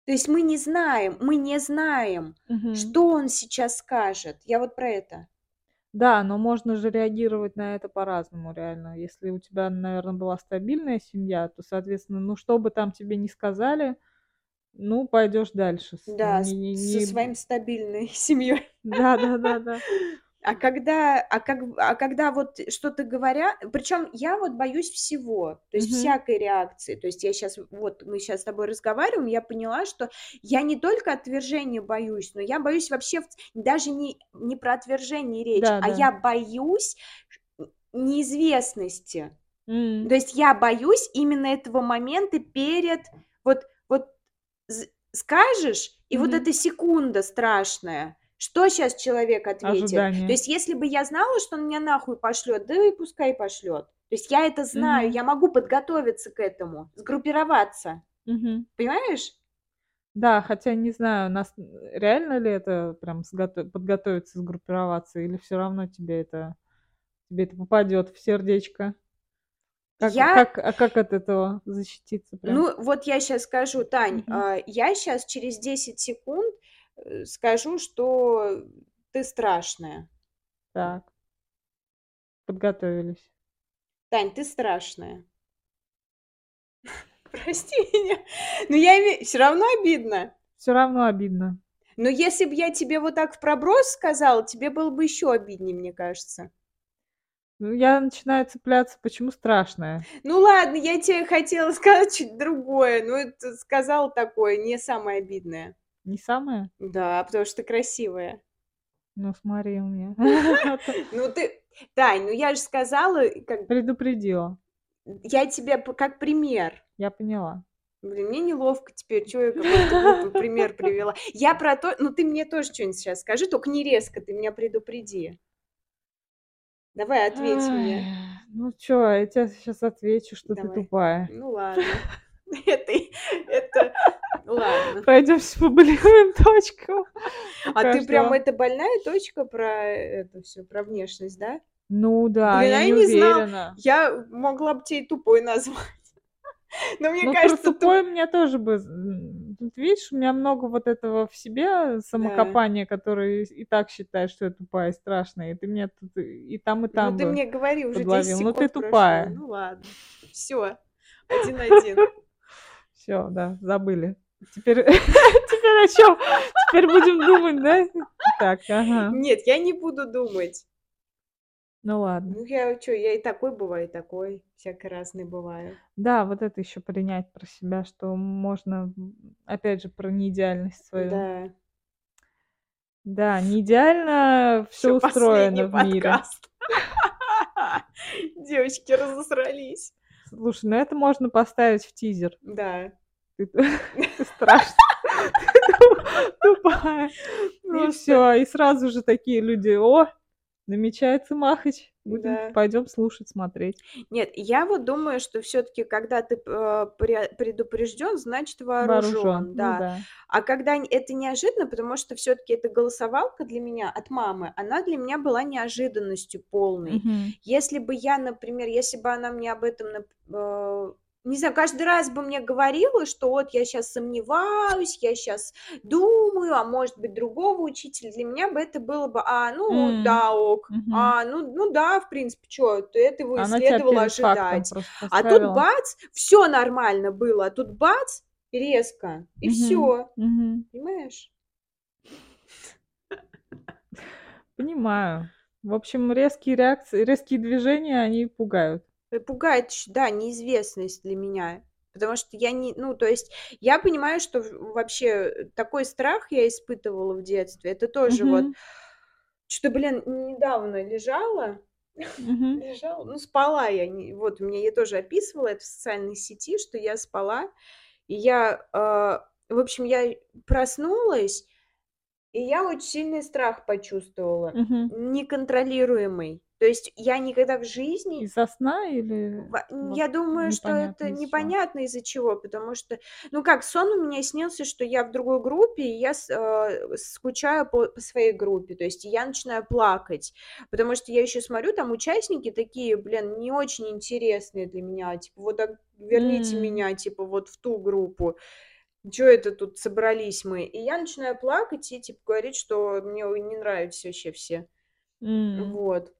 То есть мы не знаем, мы не знаем, Мгм. что он сейчас скажет. Я вот про это. Да, но можно же реагировать на это по-разному реально. Если у тебя, наверно, была стабильная семья, то, соответственно, ну, что бы там тебе ни сказали, ну, пойдёшь дальше с Да, с не со не своим стабильной семьей. Да-да-да-да. А когда а как а когда вот что-то говорят, причём я вот боюсь всего, то есть Мгм. всякой реакции. То есть я щас, вот мы щас с тобой разговариваем, я поняла, что я не только отвержения боюсь, но я боюсь вообще в ц даже не не про отвержение речь, а Да-да. я боюсь н неизвестности. М. То есть я боюсь именно этого момента перед вот вот з скажешь, и вот Мгм. эта секунда страшная. Что щас человек ответит? То Ожидание. есть если бы я знала, что он меня нахуй пошлёт, да и пускай пошлёт. То есть я это знаю, Мгм. я могу подготовиться к этому, сгруппироваться. Мгм. Понимаешь? Да, хотя не знаю, нас реально ли это прям сгото подготовиться, сгруппироваться, или всё равно тебе это тебе это попадёт в сердечко? Как Я как а как от этого защититься прям? Ну, вот я щас скажу, Тань, Мгм. а, я щас через десять секунд, э, скажу, что ты страшная. Так. Подготовились. Тань, ты страшная. Прости меня, но я име всё равно обидно? Всё равно обидно. Но если б я тебе вот так впроброс сказала, тебе было бы ещё обиднее, мне кажется. Ну, я начинаю цепляться, почему страшная? Ну ладно, я те хотела сказать чуть другое, но это сказала такое, не самое обидное. Не самое? Да, потому что ты красивая. Ну, смотри у меня. Ну ты Тань, ну я же сказала, как Предупредила. Я тебе п как пример. Я поняла. Блин, мне неловко теперь, чё я какой-то глупый пример привела. Я про то ну, ты мне тоже чё-нибудь щас скажи, тока не резко, ты меня предупреди. Давай, ответь Ай, мне. ну чё, я те сейчас отвечу, что ты Давай. тупая. Ну ладно. Это и это ладно. Пройдёмся по болевым точкам у А ты прям, каждого. это больная точка про это всё, про внешность, да? Ну да, Блин, я а я не не знала. уверена. Я могла бы тя и тупой назвать. Но мне Ну, про кажется, туп тупой меня тоже бы з м, тут видишь, у меня много вот этого в себе Да. самокопания, которое и так считает, что я тупая и страшная, и ты меня тут и там, и Ну, там ты бы мне говори, уже десять подловил. Ну, ты секунд прошло. тупая. Ну ладно, всё, один один. Всё, да, забыли. Теперь теперь о чём? Теперь будем думать, да? Так, ага. Нет, я не буду думать. Ну ладно. Ну, я чё, я и такой бываю, и такой. Всяко разной бываю. Да, вот это ещё принять про себя, что можно, м, опять же, про неидеальность свою. Да. Да, не идеально Всё, всё последний устроено в мире. подкаст. Девочки разосрались. Слушай, ну это можно поставить в тизер. Да. Ты ты страшная, ты ту тупая. И Просто. всё, и сразу же такие люди: "О, намечается махач, будем Да. пойдём слушать, смотреть". Нет, я вот думаю, что всё-таки, когда ты п э, пря предупреждён, значит Вооружён, вооружён, ну да. да. А когда н это неожиданно, потому что всё-таки эта голосовалка для меня от мамы, она для меня была неожиданностью полной. Мгм. Если бы я, например, если бы она мне об этом нап э, не знаю, каждый раз бы мне говорила, что вот я щас сомневаюсь, я щас думаю, а может быть, другого учителя, для меня бы это было бы: "А, ну М, да, ок. мгм. А, ну ну да, в принципе, чё, то этого и Она тя следовало перед фактом ожидать". просто А тут поставила. бац, всё нормально было, а тут бац, резко, и Мгм, всё. мгм. Понимаешь? Понимаю. В общем, резкие реакции, резкие движения, они пугают. Э, пугает ещё, да, неизвестность для меня. Потому что я не ну, то есть я понимаю, что в вообще такой страх я испытывала в детстве. Это тоже вот Мгм. чё-то, блин, недавно лежала Мгм. лежала, ну, спала я, не вот мне я тоже описывала это в социальной сети, что я спала, и я, а, в общем, я проснулась, и я очень сильный страх почувствовала, Мгм. неконтролируемый. То есть я никогда в жизни Из-за сна или Ва вот я думаю, что непонятно это из-за чего? непонятно из-за чего, потому что, ну как, сон у меня снился, что я в другой группе, и я с э, скучаю по по своей группе, то есть я начинаю плакать, потому что я ещё смотрю, там участники такие, блин, не очень интересные для меня, типа: "Вот так верните М. меня, типа, вот в ту группу". Чё это тут собрались мы? И я начинаю плакать и, типа, говорить, что мне не нравятся вообще все. М. Вот.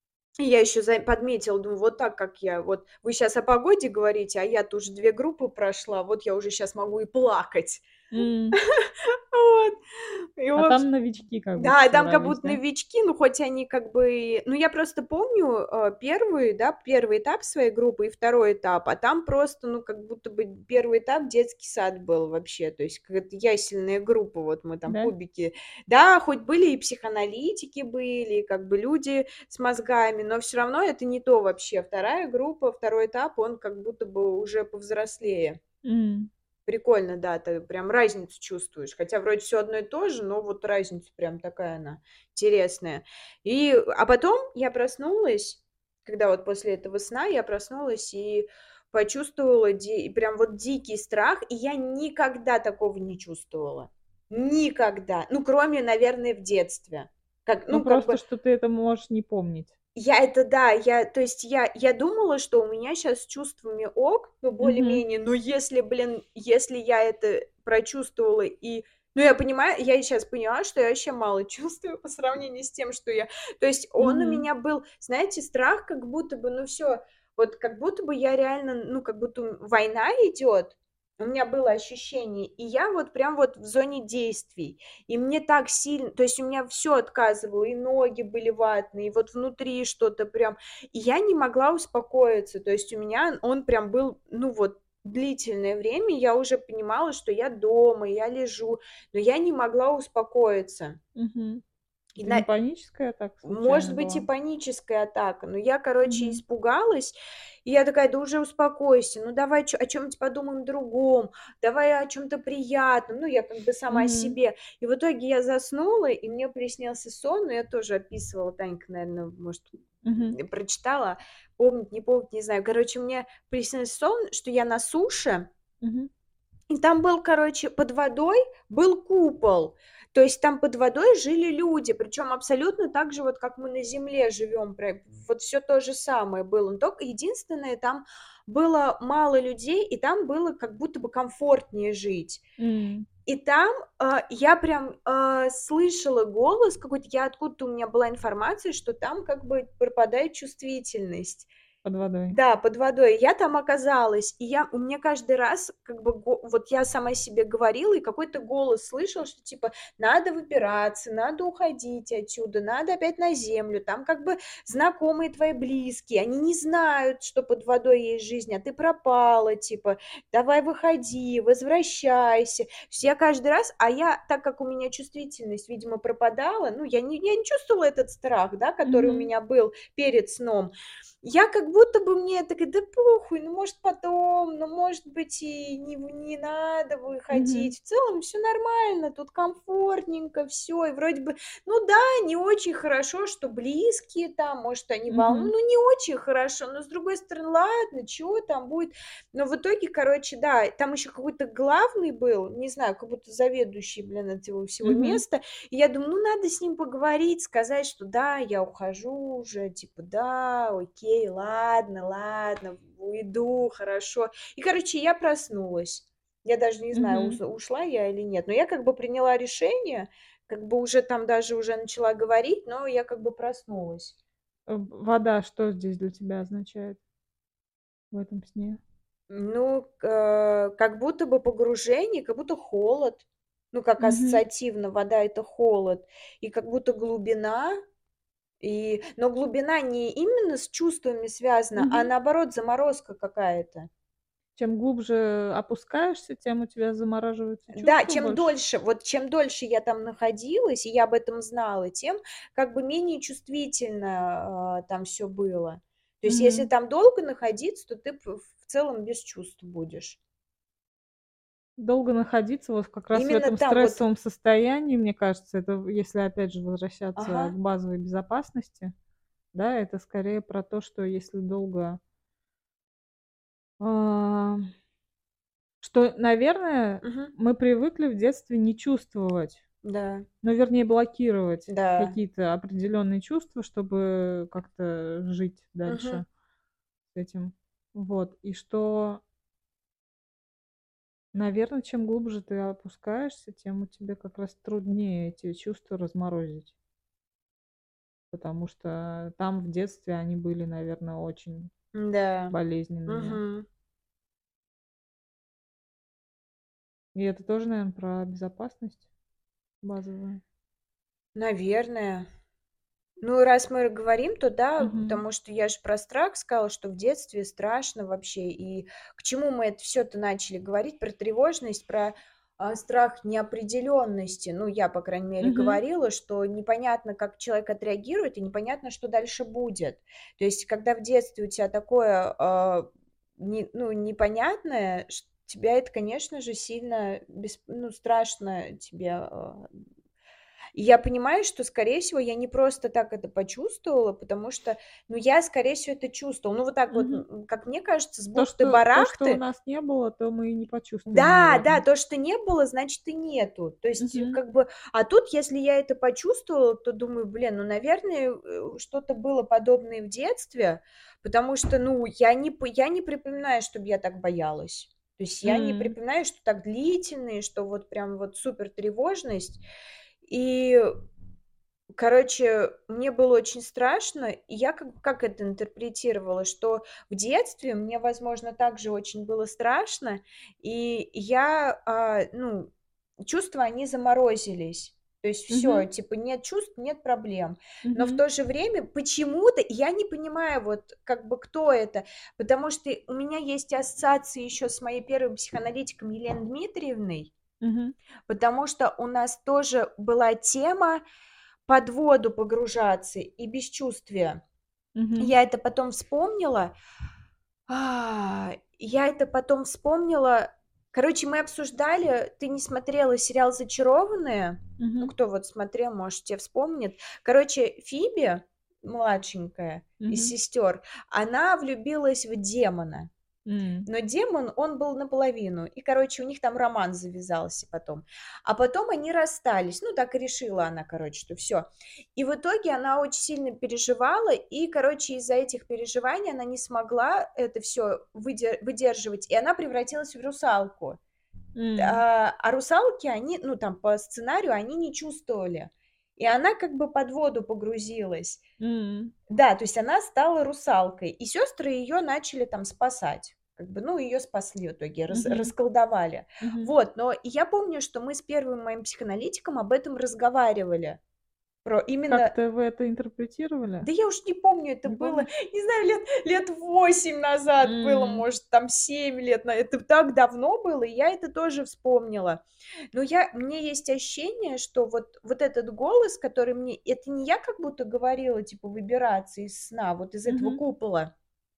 И я еще за подметила, думаю, вот так, как я вот вы сейчас о погоде говорите, а я-то уже две группы прошла, вот я уже сейчас могу и плакать. М. Вот. И в А общем там новички как будто да, там как собрались, будто да? новички, ну, хоть они как бы ну, я просто помню, э, первый, да, первый этап своей группы и второй этап, а там просто, ну, как будто бы первый этап детский сад был вообще, то есть какая-то ясельная группа, вот мы там Да? кубики. Да, хоть были и психоаналитики были, и как бы люди с мозгами, но всё равно это не то вообще. Вторая группа, второй этап, он как будто бы уже повзрослее. М. Прикольно, да, ты прям разницу чувствуешь, хотя вроде всё одно и то же, но вот разница прям такая она интересная. И, а потом я проснулась, когда вот после этого сна я проснулась и почувствовала ди прям вот дикий страх, и я никогда такого не чувствовала. Никогда. Ну, кроме, наверное, в детстве. Как, Ну, ну, как просто бы что ты это можешь не помнить. Я это да, я, то есть я я думала, что у меня щас с чувствами ок, ну, Мгм. более-менее, но если, блин, если я это прочувствовала и ну, я понимаю, я и щас поняла, что я вообще мало чувствую по сравнению с тем, что я то есть он у Мгм. меня был, знаете, страх, как будто бы, ну, всё, вот как будто бы я реально, ну, как будто м война идёт. У меня было ощущение, и я вот прям вот в зоне действий. И мне так сильно то есть у меня всё отказывало, и ноги были ватные, и вот внутри что-то прям, и я не могла успокоиться. То есть у меня он прям был, ну, вот длительное время я уже понимала, что я дома, я лежу, но я не могла успокоиться. Мгм. И Это на не паническая атака может случайно быть, и была? паническая атака, но я, короче, Мгм. испугалась, и я такая: "Да уже успокойся, ну, давай чё о чём-нибудь подумаем другом, давай о чём-то приятном". Ну, я как бы сама Мгм. себе. И в итоге я заснула, и мне приснился сон, но я тоже описывала, Танька, наверно, может, Мгм. м, прочитала, помнит, не помнит, не знаю. Короче, мне приснился сон, что я на суше Мгм. и там был, короче, под водой был купол. То есть там под водой жили люди, причём абсолютно так же, вот как мы на земле живём, прям вот всё то же самое было. Но тока единственное, там было мало людей, и там было как будто бы комфортнее жить. М. И там, а, я прям, а, слышала голос какой-то, я откуда-то у меня была информация, что там как бы пропадает чувствительность. Под водой. Да, под водой. Я там оказалась, и я у меня каждый раз как бы го вот я сама себе говорила, и какой-то голос слышала, что типа: "Надо выбираться, надо уходить отсюда, надо опять на землю, там как бы знакомые твои, близкие, они не знают, что под водой есть жизнь, а ты пропала, типа, давай выходи, возвращайся". То есть я каждый раз, а я, так как у меня чувствительность, видимо, пропадала, ну, я не я не чувствовала этот страх, да, который у Мгм. меня был перед сном. Я как будто бы мне такая: "Да похуй, ну, может, потом, ну, может быть, и не в не надо Мгм. выходить. В целом всё нормально, тут комфортненько всё". И вроде бы, ну да, не очень хорошо, что близкие там, может, они волну Мгм. ну, не очень хорошо, но, с другой стороны, ладно, чё там будет. Но в итоге, короче, да, там ещё какой-то главный был, не знаю, как будто заведующий, блин, этого всего Мгм. места. И я думаю, ну, надо с ним поговорить, сказать, что да, я ухожу уже, типа, да, окей, ладно, ладно, уйду, хорошо. И, короче, я проснулась. Я даже не знаю, ус Мгм. ушла я или нет, но я как бы приняла решение, как бы уже там даже уже начала говорить, но я как бы проснулась. Э, вода что здесь для тебя означает? В этом сне? Ну, к э, как будто бы погружение, как будто холод. Ну, как Мгм. ассоциативно вода- это холод, и как будто глубина. И но глубина не именно с чувствами связана, а Мгм. наоборот заморозка какая-то. Чем глубже опускаешься, тем у тебя замораживаются Да, чувства чем больше? дольше, вот чем дольше я там находилась, и я об этом знала, тем как бы менее чувствительно, а, там всё было. То есть если Мгм. там долго находиться, то ты п в целом без чувств будешь. Долго находиться вот как раз в Именно этом там вот стрессовом состоянии, мне кажется, это в если опять же возвращаться к Ага. базовой безопасности, да, это скорее про то, что если долго а что, наверное, Мгм. мы привыкли в детстве не чувствовать, Да. ну, вернее, блокировать Да. какие-то определённые чувства, чтобы как-то жить Мгм. дальше с этим. Вот, и что Наверно, чем глубже ты опускаешься, тем у тебя как раз труднее эти чувства разморозить. Потому что там в детстве они были, наверно, очень Да. болезненными. Мгм. И это тоже, наверно, про безопасность базовую? Наверное. Ну, раз мы говорим, то да, Мгм. потому что я ж про страх сказала, что в детстве страшно вообще. И к чему мы это всё-то начали говорить? Про тревожность, про, а, страх неопределённости. Ну, я, по крайней мере, Мгм. говорила, что непонятно, как человек отреагирует, и непонятно, что дальше будет. То есть, когда в детстве у тя такое, а, не ну, непонятное, ш тебя это, конечно же, сильно бес ну, страшно тебе, а. И я понимаю, что, скорее всего, я не просто так это почувствовала, потому что, ну, я, скорее всего, это чувствовала. Ну, вот так вот, Мгм. м, как мне кажется, с То, что то, что у бухты-барахты. нас не было, то мы и не почувствуем, Да, да, наверно. то, что не было, значит, и нету. То есть, Мгм. как бы, а тут, если я это почувствовала, то думаю: "Блин, ну, наверное, э, что-то было подобное в детстве". Потому что, ну, я не п я не припоминаю, чтоб я так боялась. То есть я не М. припоминаю, что так длительно и что вот прям вот супер тревожность. И, короче, мне было очень страшно. И я как как это интерпретировала, что в детстве мне, возможно, также очень было страшно, и я, а, ну, чувства, они заморозились. То есть всё, Мгм. типа, нет чувств- нет проблем. Но в Мгм. то же время почему-то я не понимаю, вот как бы кто это. Потому что у меня есть ассоциации ещё с моей первым психоаналитиком Еленой Дмитриевной. Мгм. Потому что у нас тоже была тема под воду погружаться и бесчувствие. Мгм. Я это потом вспомнила. А, я это потом вспомнила. Короче, мы обсуждали. Ты не смотрела сериал "Зачарованные"? Ну, Мгм. кто вот смотрел, может, те вспомнит. Короче, Фиби, младшенькая из Мгм. сестер, она влюбилась в демона. М. Но демон, он был наполовину. И, короче, у них там роман завязался потом. А потом они расстались. Ну, так и решила она, короче, что всё. И в итоге она очень сильно переживала, и, короче, из-за этих переживаний она не смогла это всё выдер выдерживать, и она превратилась в русалку. М. А, а русалки, они, ну, там по сценарию, они не чувствовали. И она как бы под воду погрузилась. М. Да, то есть она стала русалкой, и сестры её начали там спасать. Как бы, ну, её спасли в итоге, раз Мгм. расколдовали. Мгм. Вот, но я помню, что мы с первым моим психоаналитиком об этом разговаривали. Про именно Как-то вы это интерпретировали? Да я уж не помню, это Не было, помнишь? не знаю, лет лет восемь назад было, М. может, там семь лет на это так давно было, и я это тоже вспомнила. Но я мне есть ощущение, что вот вот этот голос, который мне это не я как будто говорила, типа, выбираться из сна, вот из этого Мгм. купола.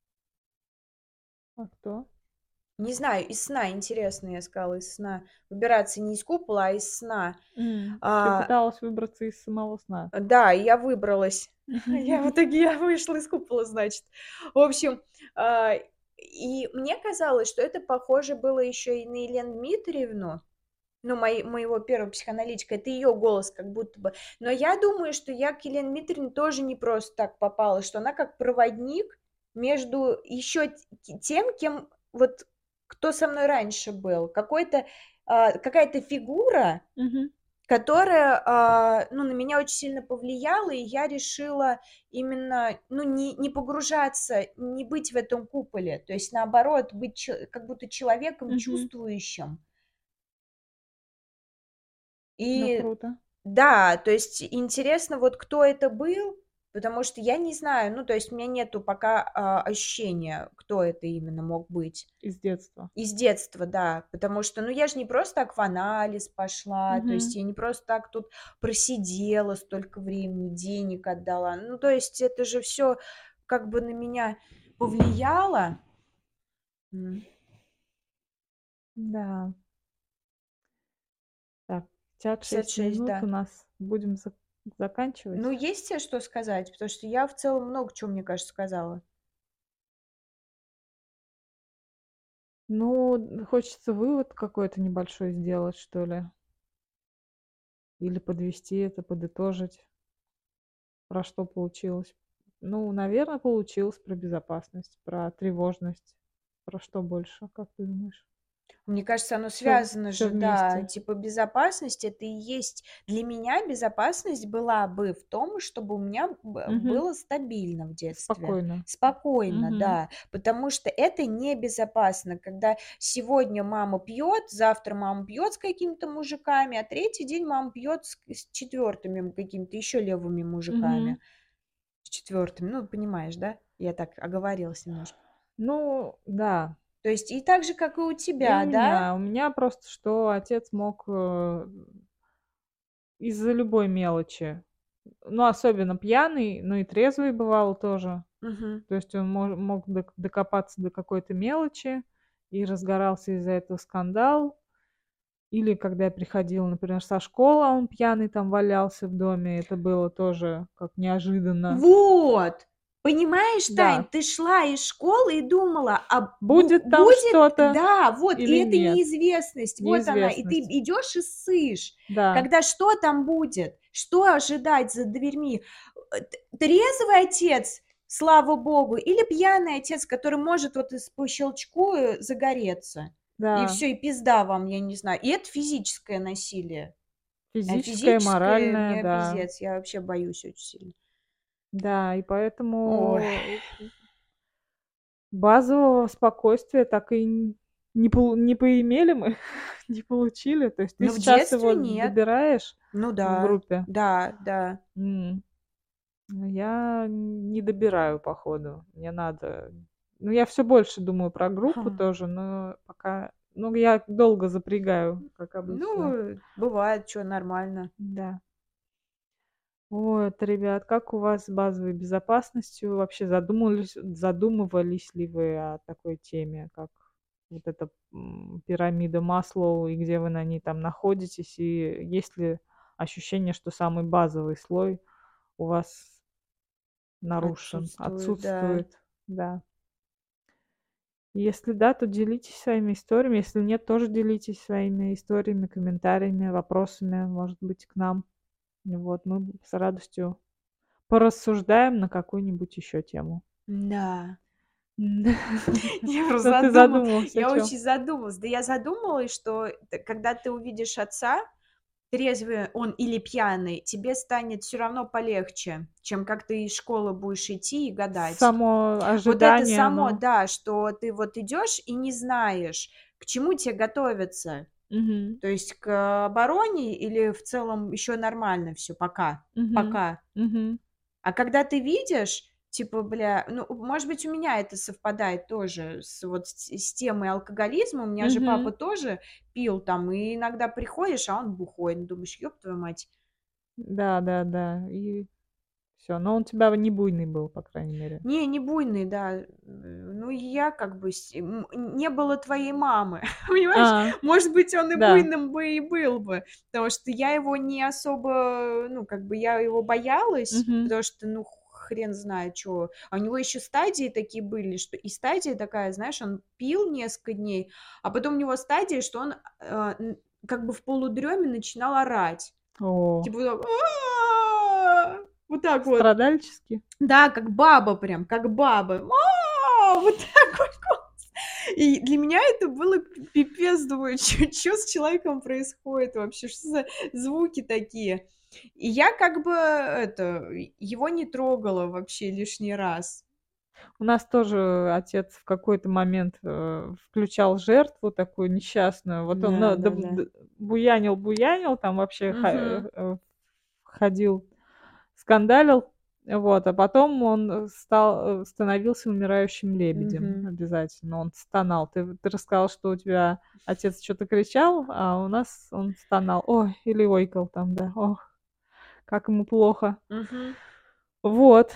А кто? Не знаю, из сна, интересно, я сказала, из сна. Выбираться не из купола, а из сна. М. Ты А пыталась выбраться из самого сна? Да, и я выбралась. Я в Мгм. итоге я вышла из купола, значит. В общем, а, и мне казалось, что это похоже было ещё и на Елену Дмитриевну, ну, мои моего первого психоаналитика. Это её голос как будто бы. Но я думаю, что я к Елене Дмитриевне тоже не просто так попала, что она как проводник между ещё т тем, кем вот кто со мной раньше был. Какой-то, а, какая-то фигура, Мгм. которая, а, ну, на меня очень сильно повлияла, и я решила именно, ну, не не погружаться, не быть в этом куполе. То есть, наоборот, быть че как будто человеком Мгм. чувствующим. Ну, И круто. да, то есть интересно, вот кто это был, потому что я не знаю, ну, то есть у меня нету пока, а, ощущения, кто это именно мог быть. Из детства. Из детства, да. Потому что, ну, я ж не просто так в анализ пошла, то есть Мгм. я не просто так тут просидела столько времени, денег отдала. Ну, то есть это же всё как бы на меня повлияло. М. Да. Так, чат пятьдесят шесть шесть, минут у да. нас. Будем зак Ну, заканчивать? есть те что сказать? Потому что я в целом много чё, мне кажется, сказала. Ну, н хочется вывод какой-то небольшой сделать, что ли. Или подвести это, подытожить. Про что получилось? Ну, наверно, получилось про безопасность, про тревожность. Про что больше, как ты думаешь? Мне кажется, оно Всё связано всё же, да. вместе. Типа безопасность- это и есть для меня безопасность была бы в том, чтобы у меня б Мгм. было стабильно в детстве, Спокойно. спокойно, Мгм. да. Потому что это небезопасно, когда сегодня мама пьет, завтра мама пьет с какими-то мужиками, а третий день мама пьет с с четвертыми какими-то еще левыми Мгм. мужиками. С четвертыми, ну, понимаешь, да? Я так оговорилась немножко. Ну да. То есть и так же, как и у И у тебя, да? меня. У меня просто что отец мог, э из-за любой мелочи. Ну, особенно пьяный, но и трезвый бывал тоже. Мгм. То есть он мо мог док докопаться до какой-то мелочи, и разгорался из-за этого скандал. Или когда я приходила, например, со школы, а он пьяный там валялся в доме. Это было тоже как неожиданно. Вот! Понимаешь, Тань, Да. ты шла из школы и думала, а бу Будет там будет что-то да, вот, и или это нет? неизвестность, вот она, и ты Неизвестность. идешь и ссышь, Да. когда что там будет, что ожидать за дверьми. Э, т трезвый отец, слава богу, или пьяный отец, который может вот из по щелчку, э, загореться. И Да. всё, и пизда вам, я не знаю. И это физическое насилие. А Физическое, физическое моральное, мне да. пиздец, я вообще боюсь очень сильно. Да, и Ой. поэтому базового спокойствия так и н не полу не поимели мы, не получили. То есть ты Ну, в сейчас детстве его нет. добираешь Ну в да, группе? да, да. М. Ну, я не добираю, походу. Мне надо ну, я всё больше думаю про группу Ха. тоже, но пока ну, я долго запрягаю, как обычно. Ну, бывает, чё, нормально. Да. Вот, ребят, как у вас с базовой безопасностью? Вообще задумывались задумывались ли вы о такой теме, как вот эта, м, пирамида Маслоу, и где вы на ней там находитесь? И есть ли ощущение, что самый базовый слой у вас нарушен, Отсутствует, да. отсутствует? Да. Если да, то делитесь своими историями. Если нет, тоже делитесь своими историями, комментариями, вопросами, может быть, к нам. Вот, мы б с радостью порассуждаем на какую-нибудь еще тему. М-да. М-да. Я просто Что ты задума задумалась, о я чём? очень задумалась. Да я задумалась, что т когда ты увидишь отца, трезвый он или пьяный, тебе станет всё равно полегче, чем как ты из школы будешь идти и гадать. Само Вот это ожидание, само, оно да, что ты вот идешь и не знаешь, к чему те готовиться. Мгм. То есть к обороне или в целом еще нормально всё пока Мгм. пока. Мгм. А когда ты видишь, типа, бля, ну, может быть, у меня это совпадает тоже с вот с с темой алкоголизма. У меня же папа Мгм. тоже пил там, и иногда приходишь, а он бухой. Ну, думаешь: "Ёб твою мать". Да-да-да. И всё. Но он у тебя не буйный был, по крайней мере. Не, не буйный, да. Э, ну, я как бы с м не было твоей мамы, понимаешь? А, Может быть, он и да. буйным бы и был бы, потому что я его не особо, ну, как бы я его боялась, Мгм. потому что, ну, хрен знает чё. А у него еще стадии такие были, что и стадия такая, знаешь, он пил несколько дней, а потом у него стадия, что он, а, н как бы в полудреме начинал орать. О. Типа вот так: "А!" Вот так вот. Страдальчески? Да, как баба прям, как баба. "А!" Вот такой голос. И для меня это было п пипец. Думаю: "Чё чё с человеком происходит вообще? Что за звуки такие?" И я как бы это, его не трогала вообще лишний раз. У нас тоже отец в какой-то момент, э, включал жертву такую несчастную. Вот он на доб Да-да-да. д буянил буянил, там вообще ха Мгм. э, ходил, скандалил. Вот, а потом он стал становился умирающим лебедем Мгм. обязательно. Он стонал. Ты ты рассказала, что у тебя отец чё-то кричал, а у нас он стонал. Ой, или ойкал там, да. Ох, как ему плохо. Мгм. Вот.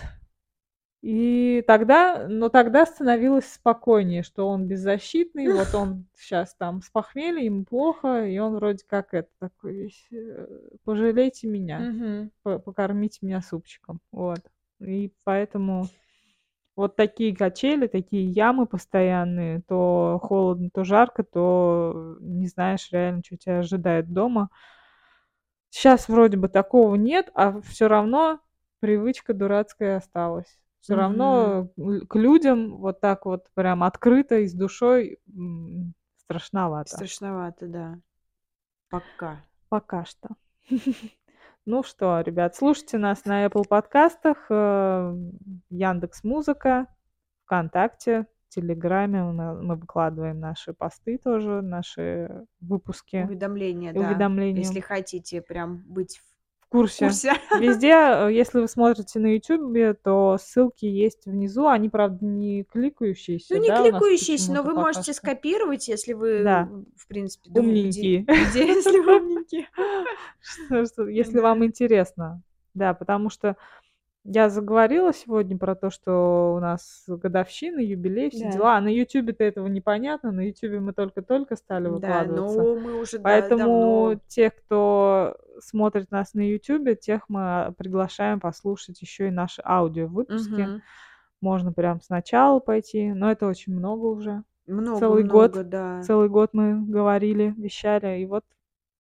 И тогда но тогда становилось спокойнее, что он беззащитный. Вот он щас там с похмелья, ему плохо, и он вроде как это такой весь, э: "Пожалейте меня, Мгм. по покормите меня супчиком". Вот. И поэтому вот такие качели, такие ямы постоянные: то холодно, то жарко, то не знаешь реально, чё тя ожидает дома. Щас вроде бы такого нет, а всё равно привычка дурацкая осталась. Всё Мгм. равно ль к людям вот так вот прям открыто и с душой, м, страшновато. Страшновато, да. Пока. Пока что. Ну что, ребят, слушайте нас на Apple подкастах, э, Яндекс.Музыка, "ВКонтакте", в "Телеграме". У на мы выкладываем наши посты тоже, наши выпуски, Уведомления, да. Если уведомления. хотите прям быть в В курсе. курсе. Везде, э, если вы смотрите на "Ютубе", то ссылки есть внизу. Они, правда, не Ну, кликающиеся, не да, у нас кликающиеся, но почему-то вы пока можете что. скопировать, если вы, Да. в принципе, дум где Умненькие. где если вы умненькие. Что что если вам Да. интересно. Да, потому что я заговорила сегодня про то, что у нас годовщина, юбилей, все Да. дела. А на "Ютубе"-то этого непонятно. На "Ютубе" мы только-только стали Да, выкладываться. но мы уже, да, Поэтому давно тех, кто смотрит нас на "Ютубе", тех мы, а, приглашаем послушать еще и наши аудиовыпуски. Мгм. Можно прям сначала пойти, но это очень много уже. Целый Много-много, год да. целый год мы говорили, вещали, и вот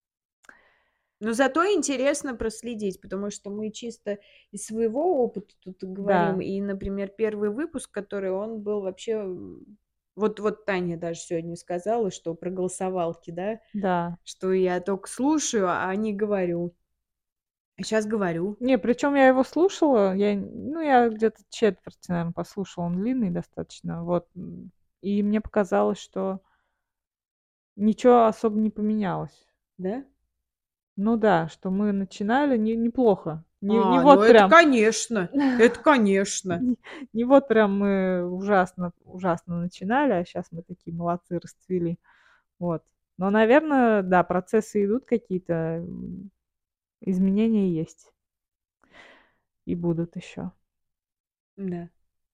Но зато интересно проследить, потому что мы чисто из своего опыта тут говорим. Да. И, например, первый выпуск, который он был вообще, м, вот вот Таня даже сегодня сказала, что про голосовалки, да, Да. что я только слушаю, а не говорю. А щас говорю. Не, причем я его слушала, я, ну, я где-то четверть, наверно, послушала, он длинный достаточно, вот, м, и мне показалось, что ничего особо не поменялось. Да? Ну да, что мы начинали не неплохо. Не не А, ну вот это прям конечно, это конечно. не не вот прям мы ужасно ужасно начинали, а щас мы такие молодцы, расцвели. Вот. Но, наверно, да, процессы идут какие-то, м, изменения есть. И будут еще. Да.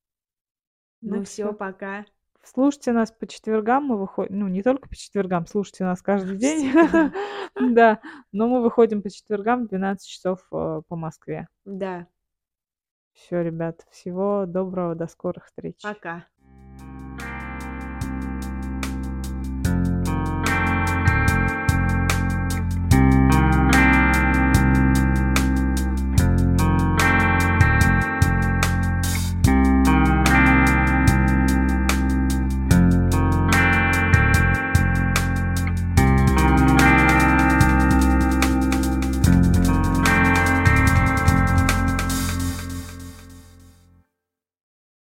Ну Ну всё, всё. пока. Слушайте нас по четвергам, мы выходим, ну, не только по четвергам, слушайте нас каждый день. Всегда. Да, но мы выходим по четвергам в двенадцать часов, э, по Москве. Да. Всё, ребят, всего доброго, до скорых встреч. Пока.